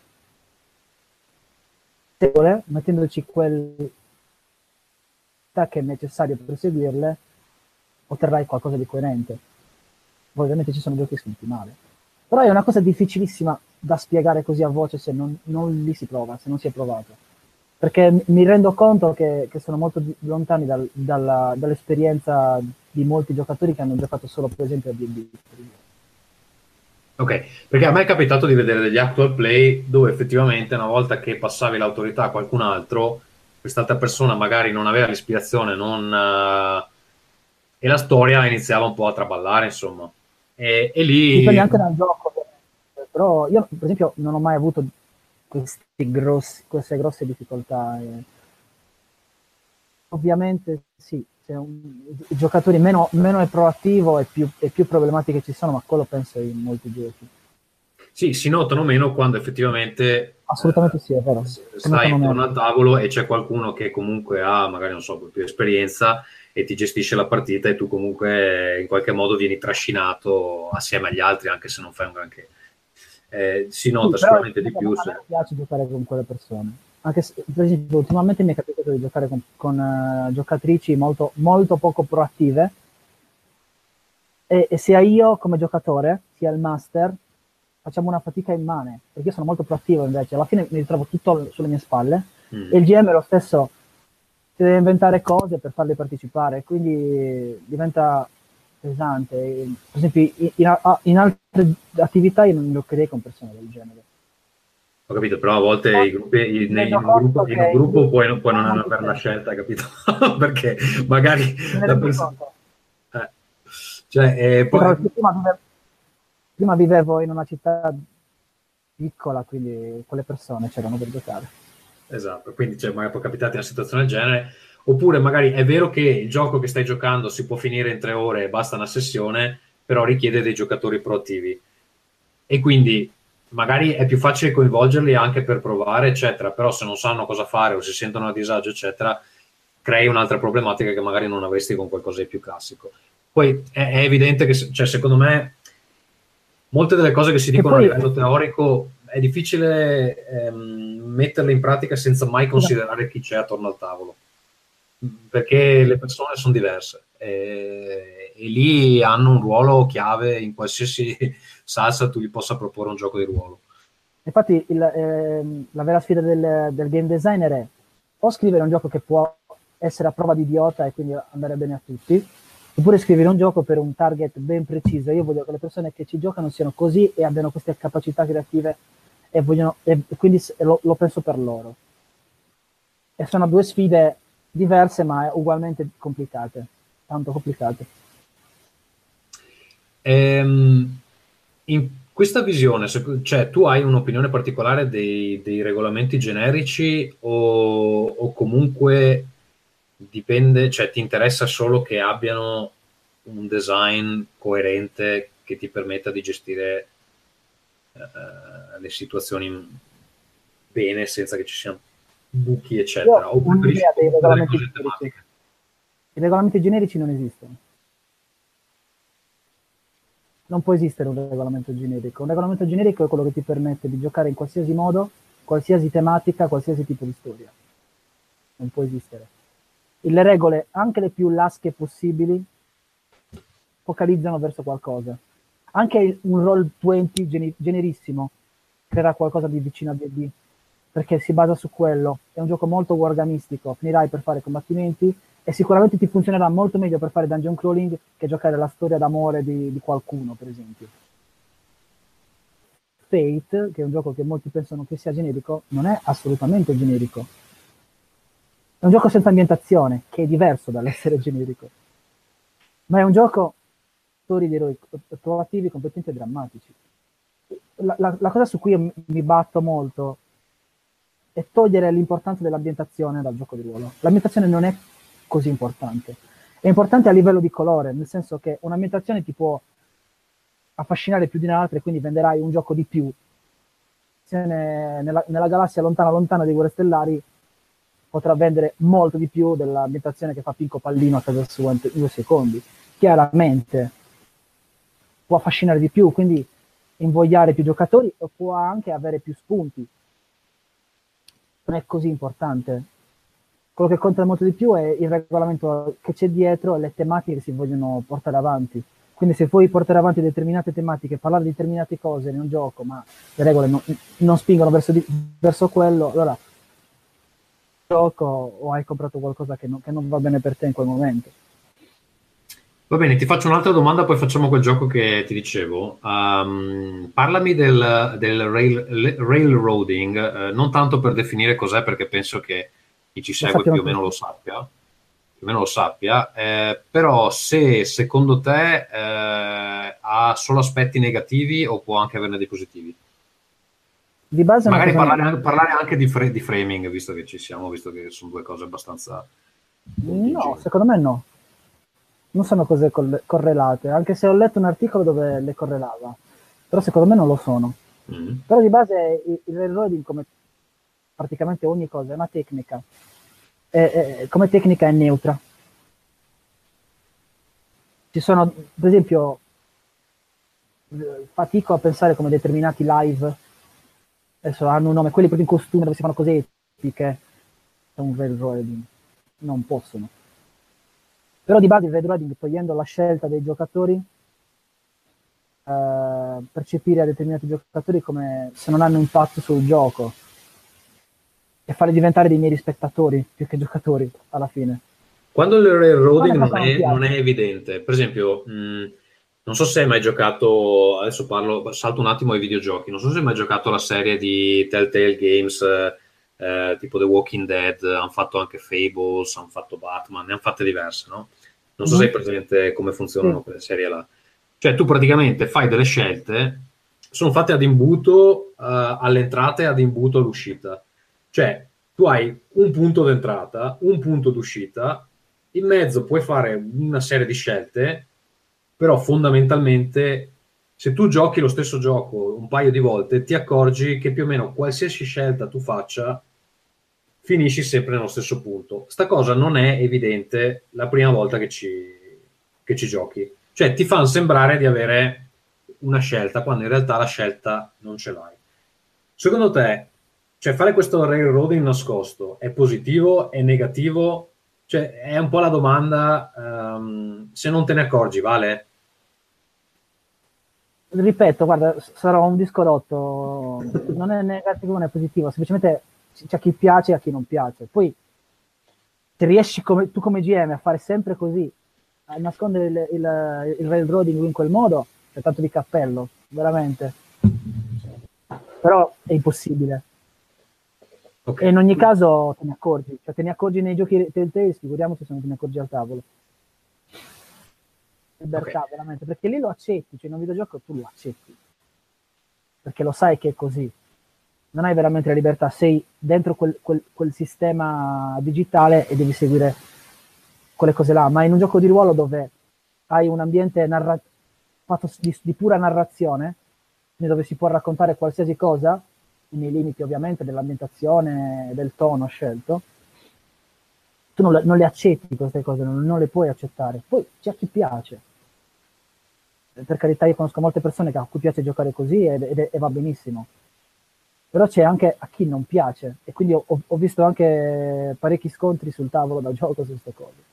mettendoci quel che è necessario per seguirle, otterrai qualcosa di coerente. Poi ovviamente ci sono giochi scritti male, però è una cosa difficilissima da spiegare così a voce se non, non li si prova, se non si è provato, perché mi rendo conto che, che sono molto lontani dal, dalla, dall'esperienza di molti giocatori che hanno giocato solo per esempio a D and D. Ok, perché a me è capitato di vedere degli actual play dove effettivamente una volta che passavi l'autorità a qualcun altro, quest'altra persona magari non aveva l'ispirazione, non, uh, e la storia iniziava un po' a traballare, insomma. E, e lì... Dipende anche dal gioco, però io per esempio non ho mai avuto questi grossi, queste grosse difficoltà. E... Ovviamente sì, se un, i giocatori meno, meno è proattivo e più, e più problematiche ci sono, ma quello penso in molti giochi. Sì, si notano meno quando effettivamente assolutamente eh, sì, è vero. Stai intorno al tavolo e c'è qualcuno che comunque ha magari non so più esperienza e ti gestisce la partita e tu comunque in qualche modo vieni trascinato assieme agli altri anche se non fai un granché. Eh, si nota sì, sicuramente di più. A me piace giocare con quelle persone. Anche se, per esempio, ultimamente mi è capitato di giocare con, con uh, giocatrici molto, molto poco proattive e, e sia io come giocatore sia il master facciamo una fatica immane, perché io sono molto proattivo invece, alla fine mi ritrovo tutto sulle mie spalle mm. e il G M è lo stesso, si deve inventare cose per farli partecipare, quindi diventa pesante. Per esempio in, in, in altre attività io non giocherei con persone del genere. Ho capito, però a volte no, i gruppi, i, in, in, un gruppo, in un gruppo puoi, puoi non avere la scelta, capito? Perché magari la persona... Eh, Cioè, eh, poi... Però prima, vivevo, prima vivevo in una città piccola, quindi con le persone c'erano per giocare. Esatto, quindi cioè, magari può capitarti una situazione del genere, oppure magari è vero che il gioco che stai giocando si può finire in tre ore e basta una sessione, però richiede dei giocatori proattivi. E quindi magari è più facile coinvolgerli anche per provare, eccetera, però se non sanno cosa fare o si sentono a disagio, eccetera, crei un'altra problematica che magari non avresti con qualcosa di più classico. Poi è, è evidente che, cioè, secondo me, molte delle cose che si dicono poi, a livello teorico è difficile ehm, metterle in pratica senza mai considerare chi c'è attorno al tavolo, perché le persone sono diverse e, e lì hanno un ruolo chiave in qualsiasi salsa tu gli possa proporre un gioco di ruolo. Infatti il, ehm, la vera sfida del, del game designer è o scrivere un gioco che può essere a prova di idiota e quindi andare bene a tutti, oppure scrivere un gioco per un target ben preciso. Io voglio che le persone che ci giocano siano così e abbiano queste capacità creative e, vogliono, e quindi lo, lo penso per loro. E sono due sfide diverse ma ugualmente complicate, tanto complicate. Ehm, in questa visione, cioè tu hai un'opinione particolare dei, dei regolamenti generici o, o comunque dipende, cioè ti interessa solo che abbiano un design coerente che ti permetta di gestire uh, le situazioni bene senza che ci siano buchi, eccetera? Io ho un'idea dei regolamenti generici. Tematiche? I regolamenti generici non esistono. Non può esistere un regolamento generico. Un regolamento generico è quello che ti permette di giocare in qualsiasi modo, qualsiasi tematica, qualsiasi tipo di storia. Non può esistere. Le regole, anche le più lasche possibili, focalizzano verso qualcosa. Anche un roll venti gener- generissimo creerà qualcosa di vicino a D and D, perché si basa su quello. È un gioco molto wargamistico, finirai per fare combattimenti e sicuramente ti funzionerà molto meglio per fare dungeon crawling che giocare la storia d'amore di, di qualcuno, per esempio. Fate, che è un gioco che molti pensano che sia generico, non è assolutamente generico. È un gioco senza ambientazione, che è diverso dall'essere generico. Ma è un gioco storie di eroi proattivi, competenti e drammatici. La, la, la cosa su cui io mi batto molto è togliere l'importanza dell'ambientazione dal gioco di ruolo. L'ambientazione non è così importante. È importante a livello di colore, nel senso che un'ambientazione ti può affascinare più di un'altra e quindi venderai un gioco di più. Se ne, nella, nella galassia lontana lontana dei Guerre Stellari potrà vendere molto di più dell'ambientazione che fa Pinco Pallino a casa sua in due secondi. Chiaramente può affascinare di più, quindi invogliare più giocatori o può anche avere più spunti. Non è così importante. Quello che conta molto di più è il regolamento che c'è dietro e le tematiche che si vogliono portare avanti. Quindi se vuoi portare avanti determinate tematiche, parlare di determinate cose in un gioco, ma le regole non, non spingono verso, di, verso quello, allora gioco o hai comprato qualcosa che non, che non va bene per te in quel momento. Va bene, ti faccio un'altra domanda, poi facciamo quel gioco che ti dicevo. Um, parlami del, del rail, railroading, eh, non tanto per definire cos'è, perché penso che chi ci segue più o meno lo sappia, più o meno lo sappia, eh, però se secondo te eh, ha solo aspetti negativi o può anche averne dei positivi? Di base magari parlare anche, parlare anche di, fra- di framing, visto che ci siamo, visto che sono due cose abbastanza no, secondo me no, non sono cose coll- correlate, anche se ho letto un articolo dove le correlava, però secondo me non lo sono. Mm. Però di base il, il railroading, come praticamente ogni cosa, è una tecnica, è, è, come tecnica è neutra. Ci sono, per esempio, fatico a pensare come determinati live adesso hanno un nome, quelli proprio in costume dove si fanno cose epiche, è un railroading, non possono. Però di base il railroading, togliendo la scelta dei giocatori, eh, percepire a determinati giocatori come se non hanno impatto sul gioco e farli diventare dei meri spettatori più che giocatori alla fine. Quando il railroading non è, non è evidente, per esempio, mh, non so se hai mai giocato, adesso parlo, salto un attimo ai videogiochi, non so se hai mai giocato la serie di Telltale Games, eh, tipo The Walking Dead, hanno fatto anche Fables, hanno fatto Batman, ne hanno fatte diverse, no? Non so Mhm. se hai presente come funzionano Sì. quelle serie là. Cioè tu praticamente fai delle scelte, sono fatte ad imbuto eh, all'entrata e ad imbuto all'uscita. Cioè tu hai un punto d'entrata, un punto d'uscita, in mezzo puoi fare una serie di scelte, però fondamentalmente se tu giochi lo stesso gioco un paio di volte, ti accorgi che più o meno qualsiasi scelta tu faccia, finisci sempre nello stesso punto. Sta cosa non è evidente la prima volta che ci, che ci giochi. Cioè ti fanno sembrare di avere una scelta, quando in realtà la scelta non ce l'hai. Secondo te, cioè fare questo railroading nascosto è positivo, è negativo? Cioè è un po' la domanda, ehm, se non te ne accorgi, vale? Ripeto, guarda, s- sarò un disco rotto, non è negativo, non è positivo, semplicemente c- c'è a chi piace e a chi non piace. Poi se riesci come, tu come G M a fare sempre così, a nascondere il, il, il railroading in quel modo, è tanto di cappello, veramente. Però è impossibile. Ok. E in ogni caso te ne accorgi, cioè te ne accorgi nei giochi Telltale, figuriamoci se non te ne accorgi al tavolo. Libertà, Ok. veramente, perché lì lo accetti, cioè in un videogioco tu lo accetti, perché lo sai che è così. Non hai veramente la libertà, sei dentro quel, quel, quel sistema digitale e devi seguire quelle cose là, ma in un gioco di ruolo dove hai un ambiente narra- fatto di, di pura narrazione, quindi dove si può raccontare qualsiasi cosa, nei limiti ovviamente dell'ambientazione, del tono scelto, tu non le, non le accetti queste cose, non, non le puoi accettare. Poi c'è a chi piace. Per carità, io conosco molte persone a cui piace giocare così ed, ed, e va benissimo. Però c'è anche a chi non piace, e quindi ho, ho visto anche parecchi scontri sul tavolo da gioco su queste cose.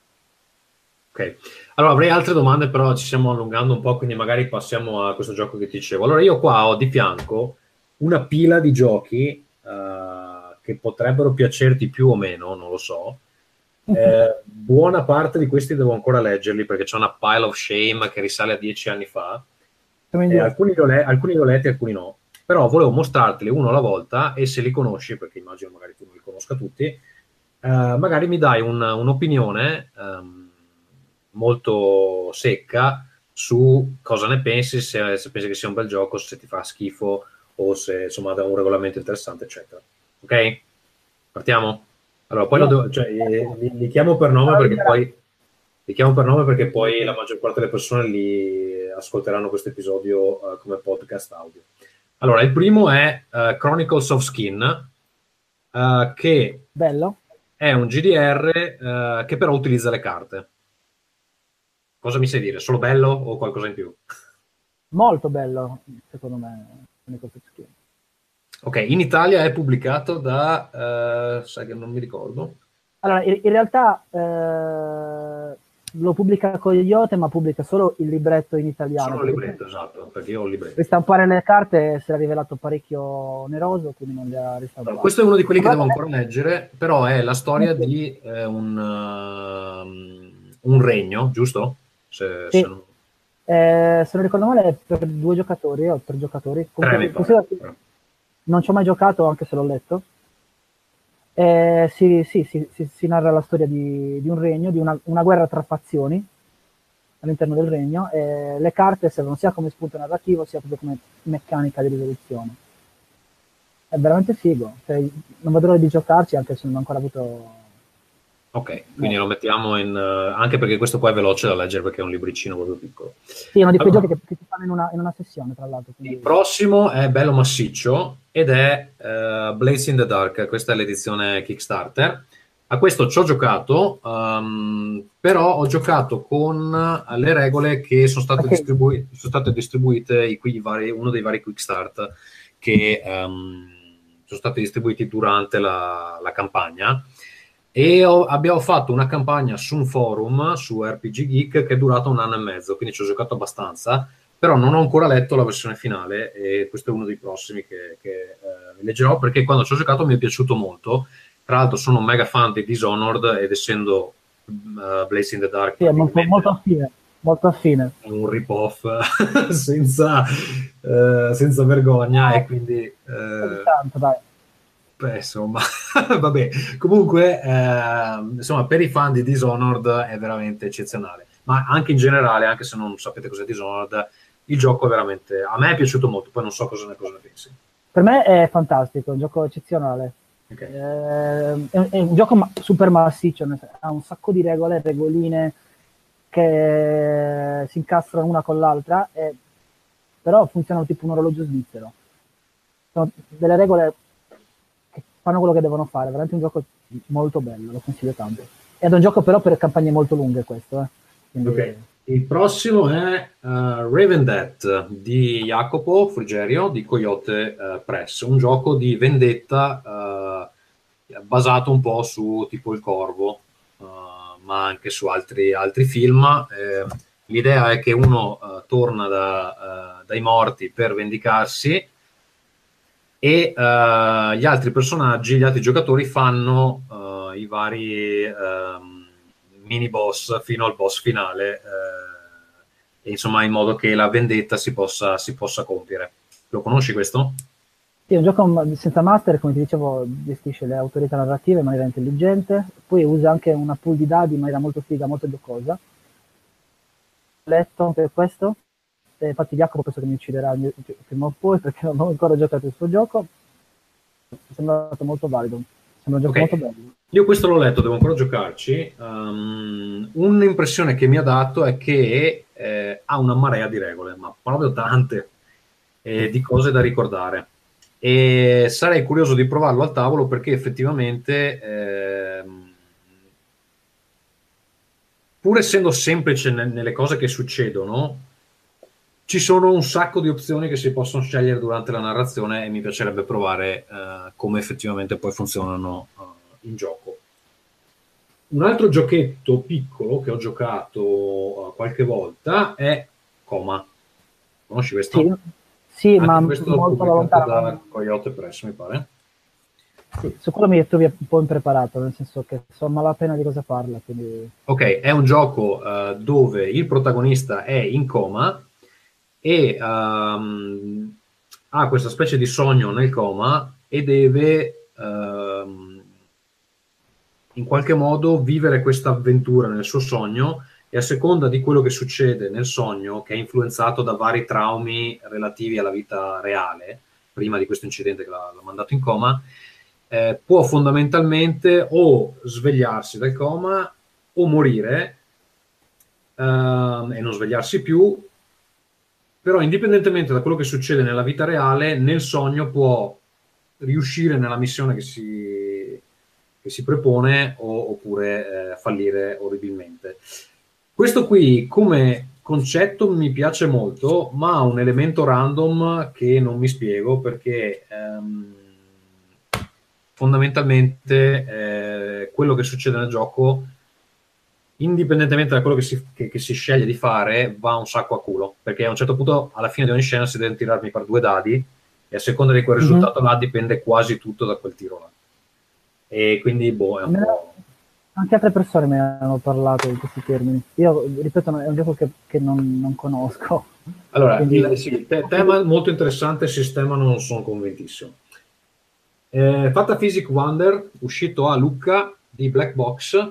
Ok, allora avrei altre domande, però ci stiamo allungando un po', quindi magari passiamo a questo gioco che ti dicevo. Allora io qua ho di fianco una pila di giochi eh, che potrebbero piacerti più o meno, non lo so. Eh, buona parte di questi devo ancora leggerli perché c'è una pile of shame che risale a dieci anni fa. Eh, alcuni, li ho le- alcuni li ho letti, alcuni no. Però volevo mostrarteli uno alla volta e se li conosci, perché immagino magari tu non li conosca tutti, eh, magari mi dai un- un'opinione ehm, molto secca su cosa ne pensi, se, se pensi che sia un bel gioco, se ti fa schifo o se insomma ha un regolamento interessante, eccetera. Ok? Partiamo? Allora, poi lo devo- cioè, eh, li, li chiamo per nome perché poi li chiamo per nome perché poi la maggior parte delle persone li ascolteranno questo episodio eh, come podcast audio. Allora, il primo è eh, Chronicles of Skin, eh, che Bello? è un G D R eh, che però utilizza le carte. Cosa mi sai dire? Solo bello o qualcosa in più? Molto bello, secondo me. Ok, in Italia è pubblicato da... eh, sai che non mi ricordo. Allora, in, in realtà eh, lo pubblica Coyote, ma pubblica solo il libretto in italiano. Solo il perché libretto, esatto, perché io ho il libretto. ristampare le carte si era rivelato parecchio oneroso, quindi non le ha ristampate. Allora, questo è uno di quelli che devo Vabbè. ancora leggere, però è la storia di eh, un, uh, un regno, giusto? Se, Sì. se non... Eh, se non ricordo male è per due giocatori o tre giocatori. Tre, mi Comunque, pare. non ci ho mai giocato, anche se l'ho letto. Eh, sì, sì, sì, sì, si narra la storia di, di un regno, di una, una guerra tra fazioni all'interno del regno, e le carte servono sia come spunto narrativo sia proprio come meccanica di risoluzione. È veramente figo, cioè, non vedo l'ora di giocarci anche se non ho ancora avuto... Ok, quindi no. Lo mettiamo in... Uh, anche perché questo qua è veloce da leggere perché è un libricino proprio piccolo. Sì, è uno di quei allora, giochi che, che si fanno in una, in una sessione, tra l'altro. Quindi... Il prossimo è bello massiccio ed è uh, Blades in the Dark, questa è l'edizione Kickstarter. A questo ci ho giocato, um, però ho giocato con le regole che sono state, okay. distribu- sono state distribuite, i, i vari, uno dei vari quick start che um, sono stati distribuiti durante la, la campagna, e ho, abbiamo fatto una campagna su un forum, su R P G Geek, che è durata un anno e mezzo, quindi ci ho giocato abbastanza, però non ho ancora letto la versione finale e questo è uno dei prossimi che, che eh, leggerò, perché quando ci ho giocato mi è piaciuto molto. Tra l'altro sono un mega fan di Dishonored ed essendo uh, Blaze in the Dark sì, è molto, molto affine, molto affine. È un rip-off senza, uh, senza vergogna, e quindi uh, tanto, dai. Beh, insomma, vabbè, comunque, eh, insomma, per i fan di Dishonored è veramente eccezionale, ma anche in generale, anche se non sapete cos'è Dishonored, il gioco è veramente, a me è piaciuto molto, poi non so cosa ne, cosa ne pensi. Per me è fantastico, è un gioco eccezionale. Okay. Eh, è, è un gioco ma- super massiccio, ha un sacco di regole, regoline che si incastrano una con l'altra, e, però funzionano tipo un orologio svizzero. Sono delle regole che fanno quello che devono fare, veramente un gioco molto bello, lo consiglio tanto. Ed è un gioco però per campagne molto lunghe questo. Eh. Quindi... Ok, il prossimo è uh, Raven Dead di Jacopo Frigerio di Coyote uh, Press, un gioco di vendetta uh, basato un po' su tipo Il Corvo, uh, ma anche su altri, altri film. Eh, l'idea è che uno uh, torna da, uh, dai morti per vendicarsi e uh, gli altri personaggi, gli altri giocatori fanno uh, i vari um, mini boss fino al boss finale, uh, e insomma in modo che la vendetta si possa, si possa compiere. Lo conosci questo? Sì, è un gioco senza master, come ti dicevo, gestisce le autorità narrative in maniera intelligente, poi usa anche una pool di dadi in maniera molto figa, molto giocosa. Ho letto per questo, e infatti Jacopo penso che mi ucciderà prima o poi perché non ho ancora giocato il suo gioco. Mi è sembrato molto valido, sembra un gioco Okay. molto bello. Io questo l'ho letto, devo ancora giocarci. Um, un'impressione che mi ha dato è che eh, ha una marea di regole, ma proprio tante, eh, di cose da ricordare. E sarei curioso di provarlo al tavolo perché effettivamente, ehm, pur essendo semplice ne- nelle cose che succedono, ci sono un sacco di opzioni che si possono scegliere durante la narrazione e mi piacerebbe provare eh, come effettivamente poi funzionano eh, in gioco. Un altro giochetto piccolo che ho giocato uh, qualche volta è Coma. Conosci questo? Sì, sì Anche ma questo molto pubblicato lontano. da Coyote Press, mi pare. Sì, su quello mi trovi un po' impreparato, nel senso che so a malapena di cosa parla. Quindi... Ok, è un gioco uh, dove il protagonista è in coma e um, ha questa specie di sogno nel coma e deve um, in qualche modo vivere questa avventura nel suo sogno, e a seconda di quello che succede nel sogno, che è influenzato da vari traumi relativi alla vita reale, prima di questo incidente che l'ha, l'ha mandato in coma, eh, può fondamentalmente o svegliarsi dal coma o morire ehm, e non svegliarsi più, però indipendentemente da quello che succede nella vita reale, nel sogno può riuscire nella missione che si, che si prepone o, oppure eh, fallire orribilmente. Questo qui come concetto mi piace molto, ma ha un elemento random che non mi spiego perché ehm, fondamentalmente eh, quello che succede nel gioco, indipendentemente da quello che si, che, che si sceglie di fare, va un sacco a culo, perché a un certo punto alla fine di ogni scena si deve tirarmi per due dadi e a seconda di quel risultato mm-hmm. là dipende quasi tutto da quel tiro là, e quindi boh, è un po'... Anche altre persone mi hanno parlato in questi termini. Io, ripeto, è un gioco che, che non, non conosco. Allora, quindi... il, sì, il te- tema molto interessante, il sistema non sono convintissimo. Eh, Fatta Physic Wonder, uscito a Lucca di Black Box.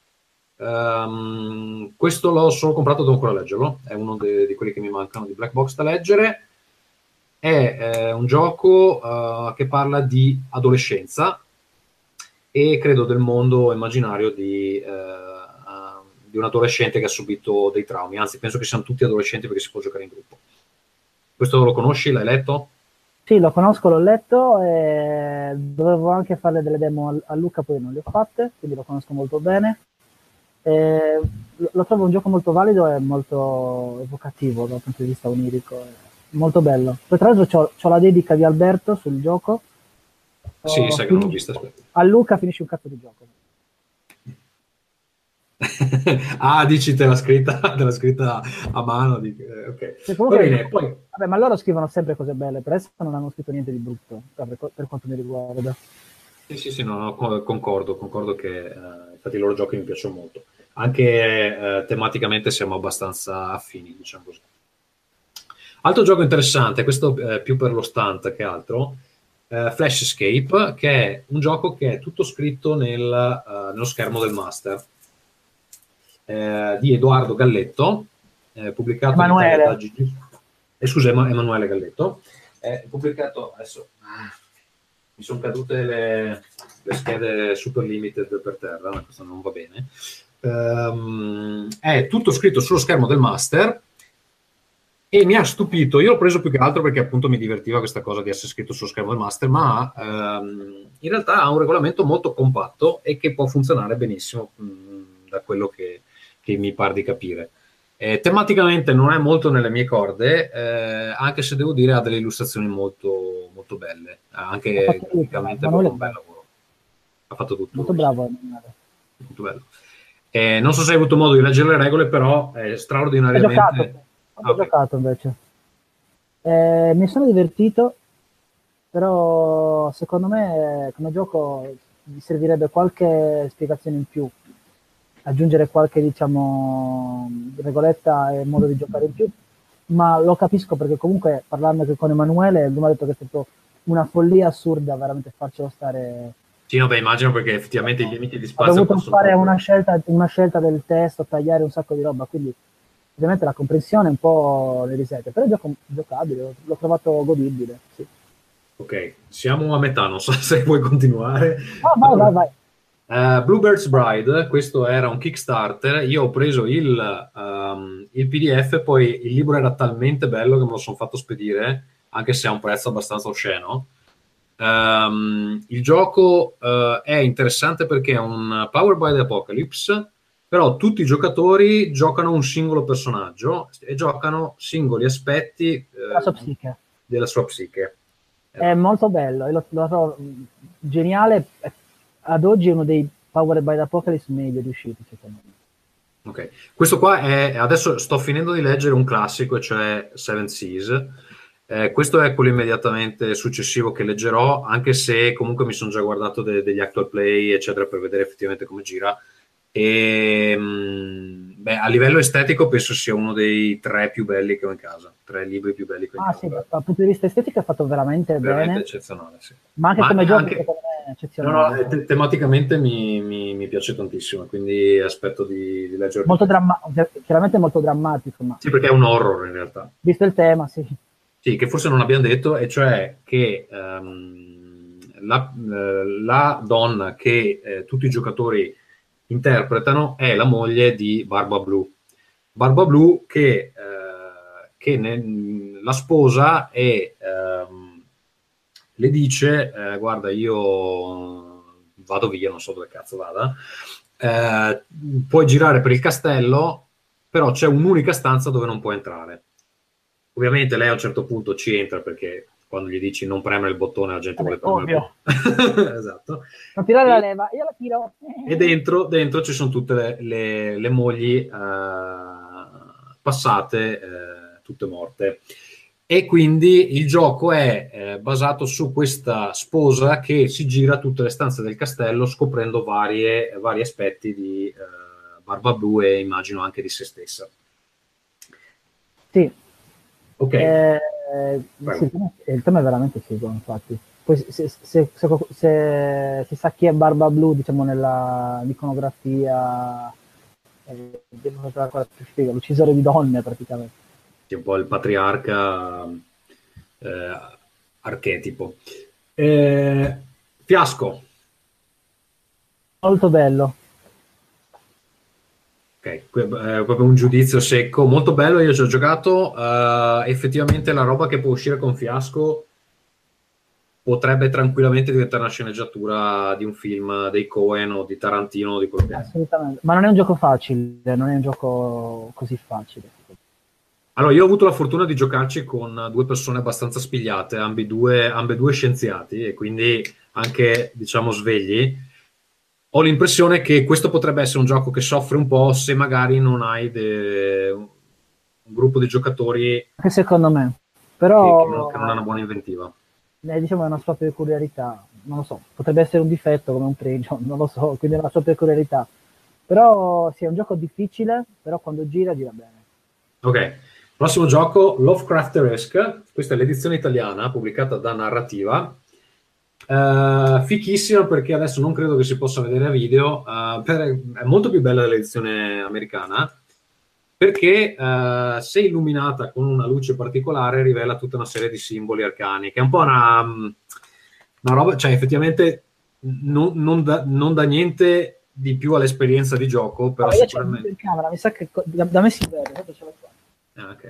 Um, questo l'ho solo comprato, devo ancora leggerlo. È uno de- di quelli che mi mancano di Black Box da leggere. È eh, un gioco uh, che parla di adolescenza e credo del mondo immaginario di, uh, uh, di un adolescente che ha subito dei traumi. Anzi, penso che siano tutti adolescenti perché si può giocare in gruppo. Questo lo conosci? L'hai letto? Sì, lo conosco, l'ho letto e dovevo anche fare delle demo a Lucca, poi non le ho fatte, quindi lo conosco molto bene. E lo trovo un gioco molto valido e molto evocativo dal punto di vista onirico, molto bello. Poi tra l'altro c'ho, c'ho la dedica di Alberto sul gioco. Sì, oh, sai che non l'ho vista. Aspetta. A Lucca finisci un cazzo di gioco. Ah, dici te l'ha scritta, te l'ha scritta a mano. Di... Eh, ok. Cioè, comunque, Va bene, poi... Vabbè, ma loro scrivono sempre cose belle, per adesso non hanno scritto niente di brutto, per, per quanto mi riguarda. Sì, sì, sì, no, no, concordo, concordo che eh, infatti i loro giochi mi piacciono molto. Anche eh, tematicamente siamo abbastanza affini, diciamo così. Altro gioco interessante, questo eh, più per lo stunt che altro, uh, Flash Escape, che è un gioco che è tutto scritto nel, uh, nello schermo del master, uh, di Edoardo Galletto, uh, pubblicato Emanuele. in Italia da G G. Eh, scusa, Emanuele Galletto. È pubblicato adesso. Mi sono cadute le, le schede super limited per terra, ma questo non va bene. Um, è tutto scritto sullo schermo del master e mi ha stupito. Io l'ho preso più che altro perché appunto mi divertiva questa cosa di essere scritto sullo schermo del master, ma um, in realtà ha un regolamento molto compatto e che può funzionare benissimo mh, da quello che, che mi pare di capire. Eh, tematicamente non è molto nelle mie corde, eh, anche se devo dire ha delle illustrazioni molto, molto belle, anche graficamente molto un bel lavoro. Ha fatto tutto. Molto bravo. Molto bello. Eh, non so se hai avuto modo di leggere le regole, però è straordinariamente... Ho giocato, ho okay. giocato invece. Eh, mi sono divertito, però secondo me come gioco mi servirebbe qualche spiegazione in più, aggiungere qualche, diciamo, regoletta e modo di giocare in più, ma lo capisco perché comunque parlando anche con Emanuele, lui mi ha detto che è stato una follia assurda veramente farcelo stare... Sì, no, beh, immagino perché effettivamente i limiti di spazio... Ho dovuto fare proprio... una, scelta, una scelta del testo, tagliare un sacco di roba, quindi ovviamente la comprensione un po' le risette, però è gioco giocabile, l'ho trovato godibile, sì. Ok, siamo a metà, non so se vuoi continuare. Ah, vai, vai, vai. Uh, Bluebird's Bride, questo era un Kickstarter, io ho preso il, um, il P D F, poi il libro era talmente bello che me lo sono fatto spedire, anche se ha un prezzo abbastanza osceno. Um, il gioco uh, è interessante perché è un Powered by the Apocalypse, però tutti i giocatori giocano un singolo personaggio e giocano singoli aspetti uh, della sua psiche. Della sua psiche. È eh. molto bello, lo, lo trovo geniale. Ad oggi è uno dei Powered by the Apocalypse meglio riusciti, secondo me. Ok, questo qua è, adesso sto finendo di leggere un classico, cioè Seven Seas. Eh, questo è quello immediatamente successivo che leggerò, anche se comunque mi sono già guardato de- degli actual play, eccetera, per vedere effettivamente come gira. E mh, beh, a livello estetico penso sia uno dei tre più belli che ho in casa, tre libri più belli che ho in ah, casa. Sì, dal punto di vista estetico è fatto veramente, veramente bene, eccezionale, sì. Ma anche ma come gioco anche... secondo me è eccezionale. No, no, te- tematicamente mi, mi, mi piace tantissimo, quindi aspetto di, di leggere. Molto dramma- chiaramente molto drammatico, ma... Sì, perché è un horror in realtà. Visto il tema, sì. Sì, che forse non abbiamo detto, e cioè che um, la, la donna che eh, tutti i giocatori interpretano è la moglie di Barba Blu. Barba Blu che, eh, che ne, la sposa e ehm, le dice eh, guarda, io vado via, non so dove cazzo vada, eh, puoi girare per il castello, però c'è un'unica stanza dove non puoi entrare. Ovviamente lei a un certo punto ci entra perché quando gli dici non premere il bottone la gente Vabbè, vuole premere il bottone. Esatto. Non tirare e, la leva, io la tiro. E dentro, dentro ci sono tutte le, le, le mogli eh, passate, eh, tutte morte. E quindi il gioco è eh, basato su questa sposa che si gira tutte le stanze del castello scoprendo varie, vari aspetti di eh, Barba Blu e immagino anche di se stessa. Sì. Ok. Eh, sì, il tema è veramente figo, infatti. Poi se, se, se, se si sa chi è Barba Blu, diciamo, nella iconografia, eh, la cosa più figa, l'uccisore di donne praticamente. È un po' il patriarca eh, archetipo. Eh, Fiasco. Molto bello. Ok, eh, proprio un giudizio secco, molto bello, io ci ho giocato, uh, effettivamente la roba che può uscire con Fiasco potrebbe tranquillamente diventare una sceneggiatura di un film dei Coen o di Tarantino o di quello che è. Assolutamente, ma non è un gioco facile, non è un gioco così facile. Allora, io ho avuto la fortuna di giocarci con due persone abbastanza spigliate, ambedue, ambedue scienziati e quindi anche, diciamo, svegli. Ho l'impressione che questo potrebbe essere un gioco che soffre un po' se magari non hai de... un gruppo di giocatori anche secondo me, però che, che, non, che non ha una buona inventiva. Eh, diciamo è una sua peculiarità, non lo so, potrebbe essere un difetto come un pregio, non lo so, quindi è una sua peculiarità. Però sì, è un gioco difficile, però quando gira gira bene. Ok, prossimo gioco, Lovecrafteresque, questa è l'edizione italiana pubblicata da Narrativa. Uh, fichissima, perché adesso non credo che si possa vedere a video, uh, per, è molto più bella dell'edizione americana, perché uh, se illuminata con una luce particolare rivela tutta una serie di simboli arcani, che è un po' una, una roba, cioè effettivamente non, non, da, non dà niente di più all'esperienza di gioco, però no, io sicuramente... c'ho in camera, mi sa che da, da me si vede, ce l'ho qua. Ah, ok.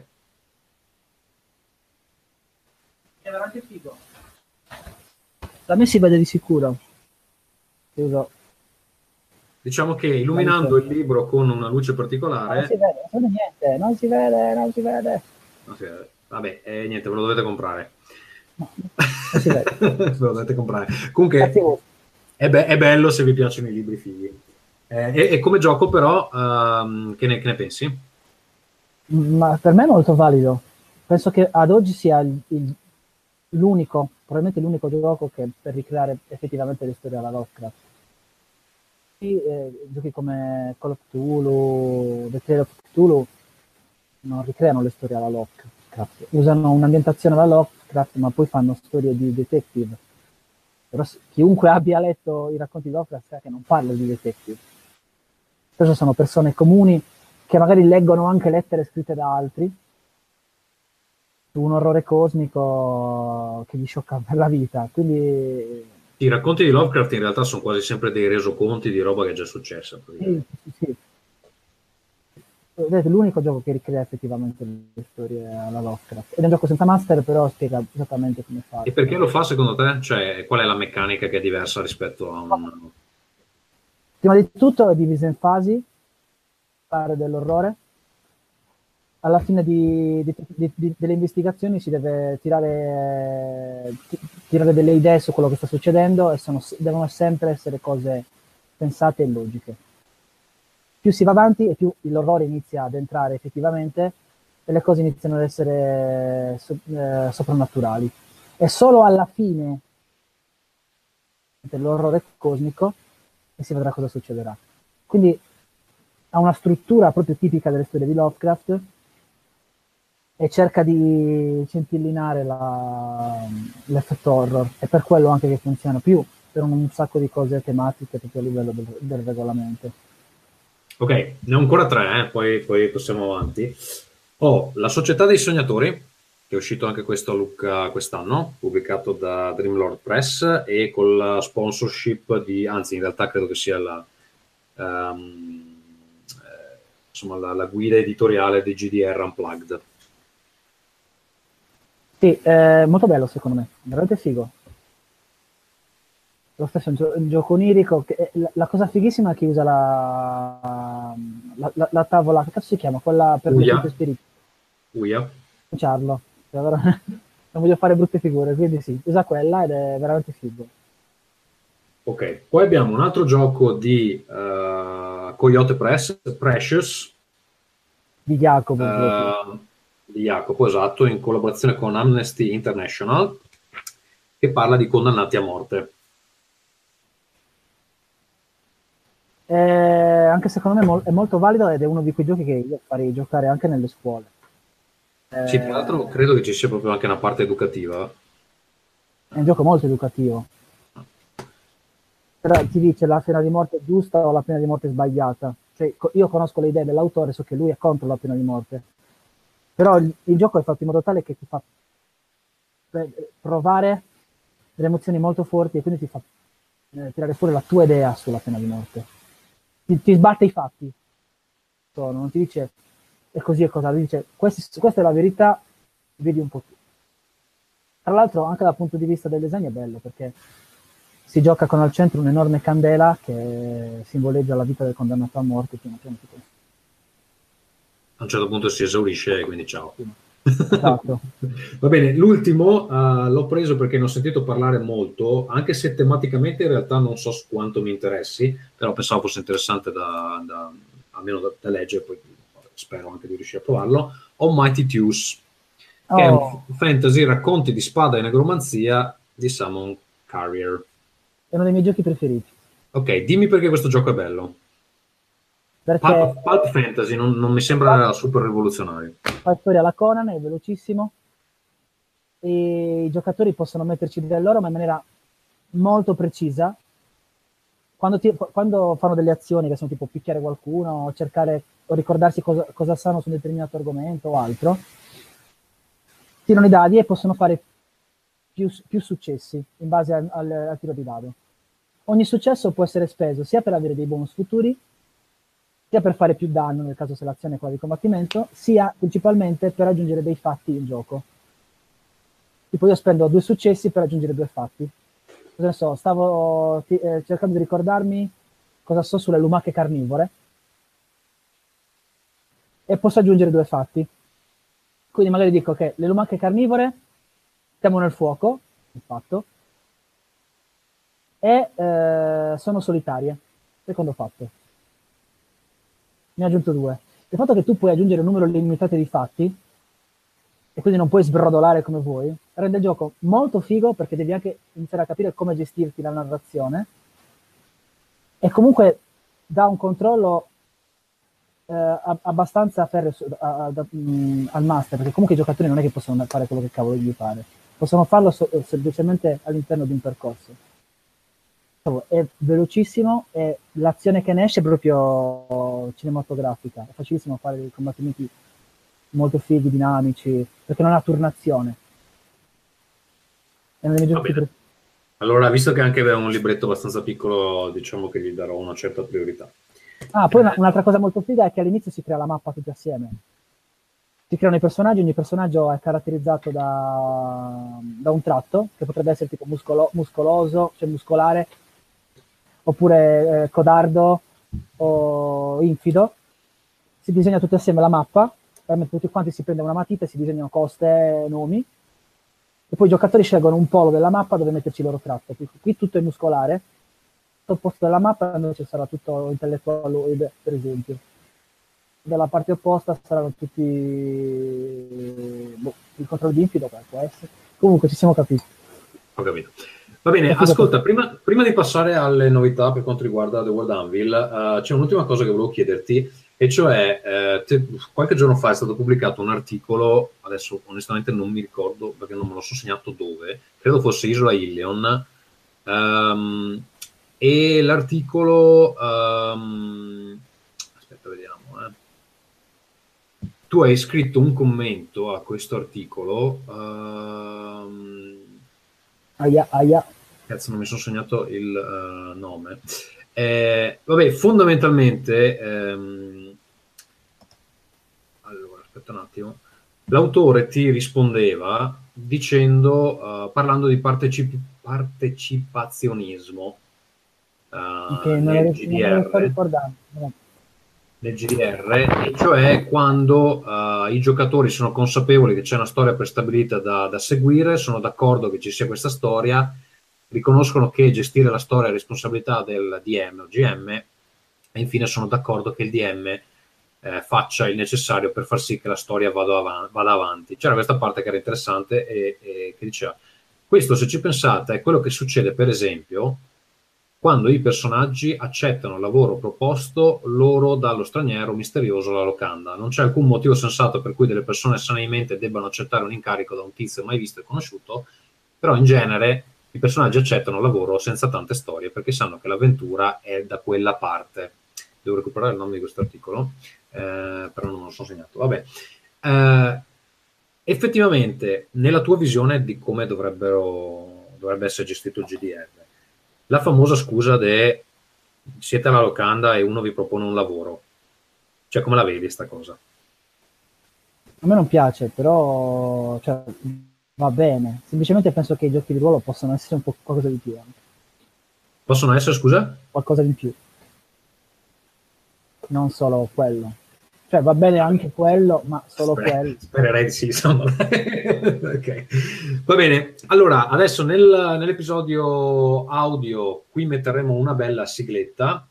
È veramente figo. Da me si vede di sicuro. Uso. Diciamo che illuminando il libro con una luce particolare... Non si vede, non si vede niente, non si vede, non si vede. Non si vede. Vabbè, eh, niente, ve lo dovete comprare. No, non si vede. Ve lo dovete comprare. Comunque è, be- è bello se vi piacciono i libri fighi. Eh, e, e come gioco però, um, che, ne, che ne pensi? Ma per me è molto valido. Penso che ad oggi sia il, il, l'unico, probabilmente l'unico gioco che per ricreare effettivamente le storie alla Lovecraft. Eh, giochi come Call of Cthulhu, The Tale of Cthulhu non ricreano le storie alla Lovecraft, usano un'ambientazione alla Lovecraft, ma poi fanno storie di detective. Però chiunque abbia letto i racconti di Lovecraft sa che non parla di detective. Spesso sono persone comuni che magari leggono anche lettere scritte da altri su un orrore cosmico che gli sciocca per la vita. Quindi i racconti di Lovecraft in realtà sono quasi sempre dei resoconti di roba che è già successa. Sì, sì, sì. Vedete, l'unico gioco che ricrea effettivamente le storie alla Lovecraft. Ed è un gioco senza master, però spiega esattamente come fare. E perché lo fa secondo te? Cioè, qual è la meccanica che è diversa rispetto a un... Prima di tutto è diviso in fasi, fare dell'orrore. Alla fine di, di, di, di, delle investigazioni si deve tirare, tirare delle idee su quello che sta succedendo e sono, devono sempre essere cose pensate e logiche. Più si va avanti e più l'orrore inizia ad entrare effettivamente e le cose iniziano ad essere so, eh, soprannaturali. E solo alla fine dell'orrore cosmico e si vedrà cosa succederà. Quindi ha una struttura proprio tipica delle storie di Lovecraft e cerca di centellinare la, l'effetto horror, è per quello anche che funziona più per un, un sacco di cose tematiche proprio a livello del, del regolamento. Ok, ne ho ancora tre, eh, poi, poi passiamo avanti. Ho La Società dei Sognatori, che è uscito anche questo a Lucca quest'anno, pubblicato da Dreamlord Press e con la sponsorship di, anzi in realtà credo che sia la, um, eh, insomma, la, la guida editoriale di G D R Unplugged. Sì, è molto bello secondo me, veramente figo. Lo stesso è un, gio- un gioco onirico, che, la, la cosa fighissima è che usa la, la, la, la tavola, che cazzo si chiama? Quella per Uia. le spiriti. Uia. Ciarlo. Cioè, non voglio fare brutte figure, quindi sì, usa quella ed è veramente figo. Ok, poi abbiamo un altro gioco di uh, Coyote Press, Precious, Di Jacopo. uh, di Jacopo, esatto, in collaborazione con Amnesty International, che parla di condannati a morte. Eh, anche secondo me è molto valido ed è uno di quei giochi che io farei giocare anche nelle scuole. Eh, sì, tra l'altro credo che ci sia proprio anche una parte educativa. È un gioco molto educativo. Però ti dice la pena di morte giusta o la pena di morte sbagliata. Cioè, io conosco le idee dell'autore, so che lui è contro la pena di morte. Però il, il gioco è fatto in modo tale che ti fa provare delle emozioni molto forti e quindi ti fa eh, tirare fuori la tua idea sulla pena di morte. Ti, ti sbatte i fatti. Non ti dice è così e cosa, ti dice questa, questa è la verità, vedi un po' tu. Tra l'altro anche dal punto di vista del design è bello perché si gioca con al centro un'enorme candela che simboleggia la vita del condannato a morte. A un certo punto si esaurisce e quindi ciao. Esatto. Va bene, l'ultimo uh, l'ho preso perché ne ho sentito parlare molto, anche se tematicamente in realtà non so quanto mi interessi, però pensavo fosse interessante da, da, almeno da, da leggere, poi spero anche di riuscire a provarlo. Almighty Thieves, che oh. è un fantasy racconti di spada e negromanzia di Simon Carrier. È uno dei miei giochi preferiti. Ok, dimmi perché questo gioco è bello. Perché Pulp, Pulp Fantasy non, non mi sembra super rivoluzionario. Fa storia alla Conan, è velocissimo e i giocatori possono metterci del loro ma in maniera molto precisa. Quando, ti, quando fanno delle azioni che sono tipo picchiare qualcuno, cercare o ricordarsi cosa, cosa sanno su un determinato argomento o altro, tirano i dadi e possono fare più, più successi in base al, al, al tiro di dado. Ogni successo può essere speso sia per avere dei bonus futuri, sia per fare più danno nel caso se l'azione è quella di combattimento, sia principalmente per aggiungere dei fatti in gioco. Tipo io spendo due successi per aggiungere due fatti. Cosa ne so, stavo ti, eh, cercando di ricordarmi cosa so sulle lumache carnivore e posso aggiungere due fatti. Quindi magari dico che le lumache carnivore temono il fuoco, il fatto, e eh, sono solitarie, secondo fatto. Ne ho aggiunto due. Il fatto che tu puoi aggiungere un numero limitato di fatti e quindi non puoi sbrodolare come vuoi, rende il gioco molto figo perché devi anche iniziare a capire come gestirti la narrazione e comunque dà un controllo eh, abbastanza ferreo a, a, a, mh, al master, perché comunque i giocatori non è che possono fare quello che cavolo gli pare, possono farlo so- semplicemente all'interno di un percorso. È velocissimo e l'azione che ne esce è proprio cinematografica, è facilissimo fare dei combattimenti molto fighi, dinamici, perché non ha turnazione. È uno dei miei giochi pre- allora, visto che anche aveva un libretto abbastanza piccolo, diciamo che gli darò una certa priorità. Ah, poi una, un'altra cosa molto figa è che all'inizio si crea la mappa tutti assieme. Si creano i personaggi, ogni personaggio è caratterizzato da, da un tratto, che potrebbe essere tipo muscolo, muscoloso, cioè muscolare, oppure eh, codardo o infido. Si disegna tutti assieme la mappa, tutti quanti si prende una matita e si disegnano coste, nomi, e poi i giocatori scelgono un polo della mappa dove metterci il loro tratto. Qui, qui tutto è muscolare, al posto della mappa invece sarà tutto intellettuale, per esempio. Dalla parte opposta saranno tutti boh, il controllo di infido, può essere. Comunque ci siamo capiti. Ho capito. Va bene, ascolta, prima, prima di passare alle novità per quanto riguarda The World Anvil, uh, c'è un'ultima cosa che volevo chiederti, e cioè eh, te, qualche giorno fa è stato pubblicato un articolo, adesso onestamente non mi ricordo perché non me lo so segnato dove, credo fosse Isola Ilion, um, e l'articolo, um, aspetta vediamo, eh. Tu hai scritto un commento a questo articolo, um, aia, aia. Cazzo, non mi sono segnato il uh, nome. Eh, vabbè, fondamentalmente, ehm, allora, aspetta un attimo. L'autore ti rispondeva dicendo, uh, parlando di partecip- partecipazionismo uh, okay, nel non G D R. No. Nel G D R, e cioè quando uh, i giocatori sono consapevoli che c'è una storia prestabilita da, da seguire, sono d'accordo che ci sia questa storia, riconoscono che gestire la storia è responsabilità del D M o G M, e infine sono d'accordo che il D M eh, faccia il necessario per far sì che la storia vada, av- vada avanti. C'era questa parte che era interessante e, e che diceva, questo, se ci pensate, è quello che succede per esempio quando i personaggi accettano il lavoro proposto loro dallo straniero misterioso alla locanda. Non c'è alcun motivo sensato per cui delle persone sane di mente debbano accettare un incarico da un tizio mai visto e conosciuto, però in genere i personaggi accettano il lavoro senza tante storie perché sanno che l'avventura è da quella parte. Devo recuperare il nome di questo articolo, eh, però non me lo sono segnato. Vabbè. Eh, effettivamente, nella tua visione di come dovrebbero, dovrebbe essere gestito il G D R, la famosa scusa de siete alla locanda e uno vi propone un lavoro, cioè come la vedi sta cosa? A me non piace, però cioè, va bene, semplicemente penso che i giochi di ruolo possano essere un po' qualcosa di più anche. Possono essere, scusa? Qualcosa di più, non solo quello, cioè va bene anche quello, ma solo Spero, quello. Spererei di sì, insomma. Okay. Va bene, allora adesso nel, nell'episodio audio qui metteremo una bella sigletta.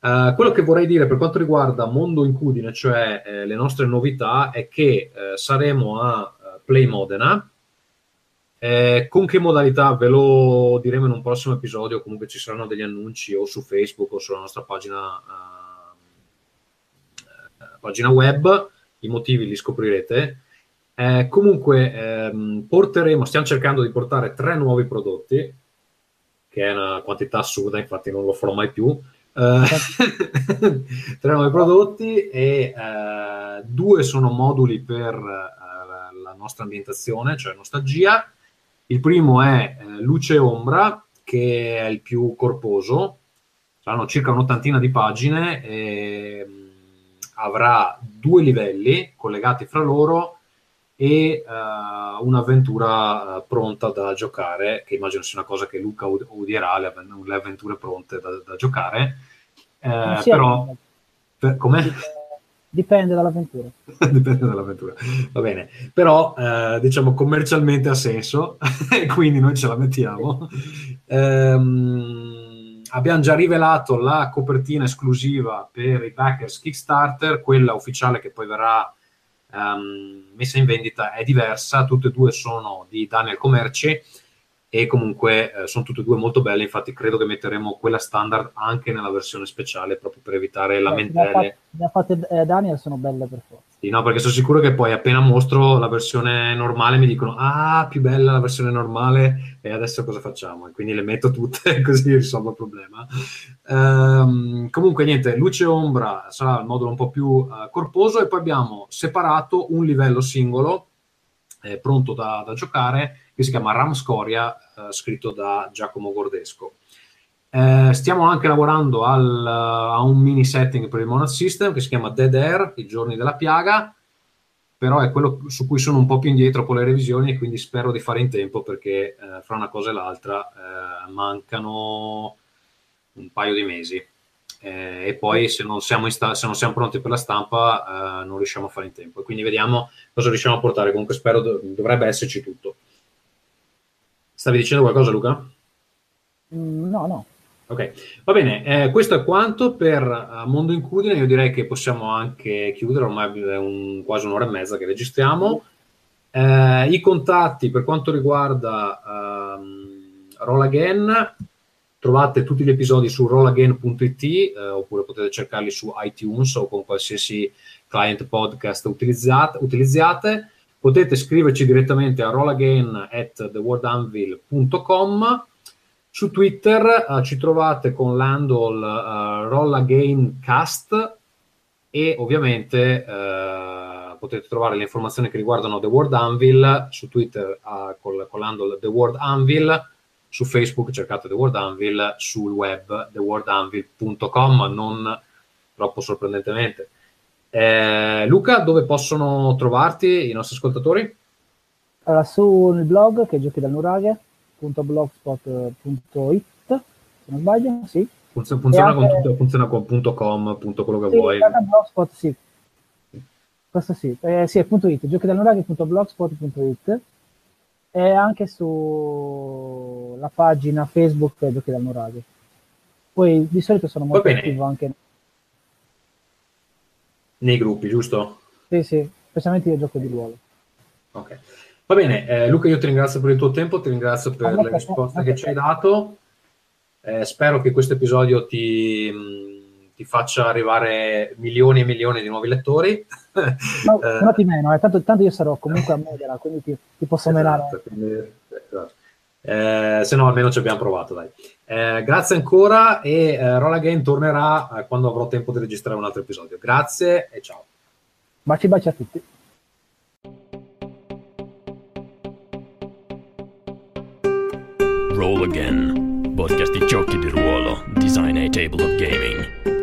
Uh, quello che vorrei dire per quanto riguarda Mondo Incudine, cioè eh, le nostre novità, è che eh, saremo a uh, Play Modena. Eh, con che modalità ve lo diremo in un prossimo episodio, comunque ci saranno degli annunci o su Facebook o sulla nostra pagina, uh, pagina web, i motivi li scoprirete. Eh, comunque ehm, porteremo, stiamo cercando di portare tre nuovi prodotti, che è una quantità assurda, infatti non lo farò mai più. Uh, tre nuovi prodotti e uh, due sono moduli per uh, la nostra ambientazione, cioè nostalgia. Il primo è uh, luce e ombra, che è il più corposo, saranno circa un'ottantina di pagine e um, avrà due livelli collegati fra loro e uh, un'avventura uh, pronta da giocare, che immagino sia una cosa che Luca odierà, le, av- le avventure pronte da, da giocare. Eh, però per, com'è? Dipende dall'avventura. Dipende dall'avventura, va bene. Però eh, diciamo commercialmente ha senso, quindi noi ce la mettiamo. Ehm, abbiamo già rivelato la copertina esclusiva per i backers Kickstarter, quella ufficiale che poi verrà Um, messa in vendita è diversa, tutte e due sono di Daniel Comerci e comunque eh, sono tutte e due molto belle, infatti credo che metteremo quella standard anche nella versione speciale proprio per evitare lamentele. Le ha fatte eh, Daniel, sono belle per forza. Sì, no, perché sono sicuro che poi appena mostro la versione normale mi dicono ah, più bella la versione normale e adesso cosa facciamo? E quindi le metto tutte così risolvo il problema. Um, comunque niente, luce e ombra sarà il modulo un po' più uh, corposo e poi abbiamo separato un livello singolo eh, pronto da, da giocare che si chiama Ram Scoria, uh, scritto da Giacomo Gordesco. Eh, stiamo anche lavorando al, a un mini setting per il Monad System che si chiama Dead Air, i giorni della piaga, però è quello su cui sono un po' più indietro con le revisioni e quindi spero di fare in tempo perché eh, fra una cosa e l'altra eh, mancano un paio di mesi eh, e poi se non, siamo in sta- se non siamo pronti per la stampa eh, non riusciamo a fare in tempo e quindi vediamo cosa riusciamo a portare. Comunque spero do- dovrebbe esserci tutto. Stavi dicendo qualcosa, Luca? Mm, no, no. Ok, va bene, eh, questo è quanto per uh, Mondo Incudine. Io direi che possiamo anche chiudere, ormai è un, quasi un'ora e mezza che registriamo. Eh, I contatti per quanto riguarda um, Roll Again, trovate tutti gli episodi su roll again punto it eh, oppure potete cercarli su iTunes o con qualsiasi client podcast utilizzate. utilizzate. Potete scriverci direttamente a rollagain at the world anvil punto com. Su Twitter uh, ci trovate con l'handle uh, rollagaincast e ovviamente uh, potete trovare le informazioni che riguardano The World Anvil su Twitter uh, con, con l'handle The World Anvil, su Facebook cercate The World Anvil, sul web the world anvil punto com, non troppo sorprendentemente. Eh, Luca, dove possono trovarti i nostri ascoltatori? Allora, sul blog che è giochi dal nuraghe punto blogspot punto it, se non sbaglio, sì. Funziona, funziona, anche, con tutto, funziona con punto .com, punto quello che sì, vuoi. Blogspot, sì. Questo sì, eh, sì, è punto .it, giochi dal nuraghe punto blogspot punto it e anche sulla pagina Facebook Giochi dal nuraghe. Poi di solito sono molto attivo anche nei gruppi, giusto? Sì, sì, specialmente io gioco di ruolo. Ok. Va bene, eh, Luca, io ti ringrazio per il tuo tempo, ti ringrazio per le risposte che ci hai dato. Eh, spero che questo episodio ti, mh, ti faccia arrivare milioni e milioni di nuovi lettori. No, eh, no, ti meno, eh, tanto, tanto io sarò comunque a Modena, quindi ti, ti posso esatto, menare. Quindi, esatto. Eh, se no almeno ci abbiamo provato, dai. Eh, grazie ancora e eh, Roll Again tornerà eh, quando avrò tempo di registrare un altro episodio. Grazie e ciao. Baci baci a tutti. Roll Again, podcast di giochi di ruolo, design a table of gaming.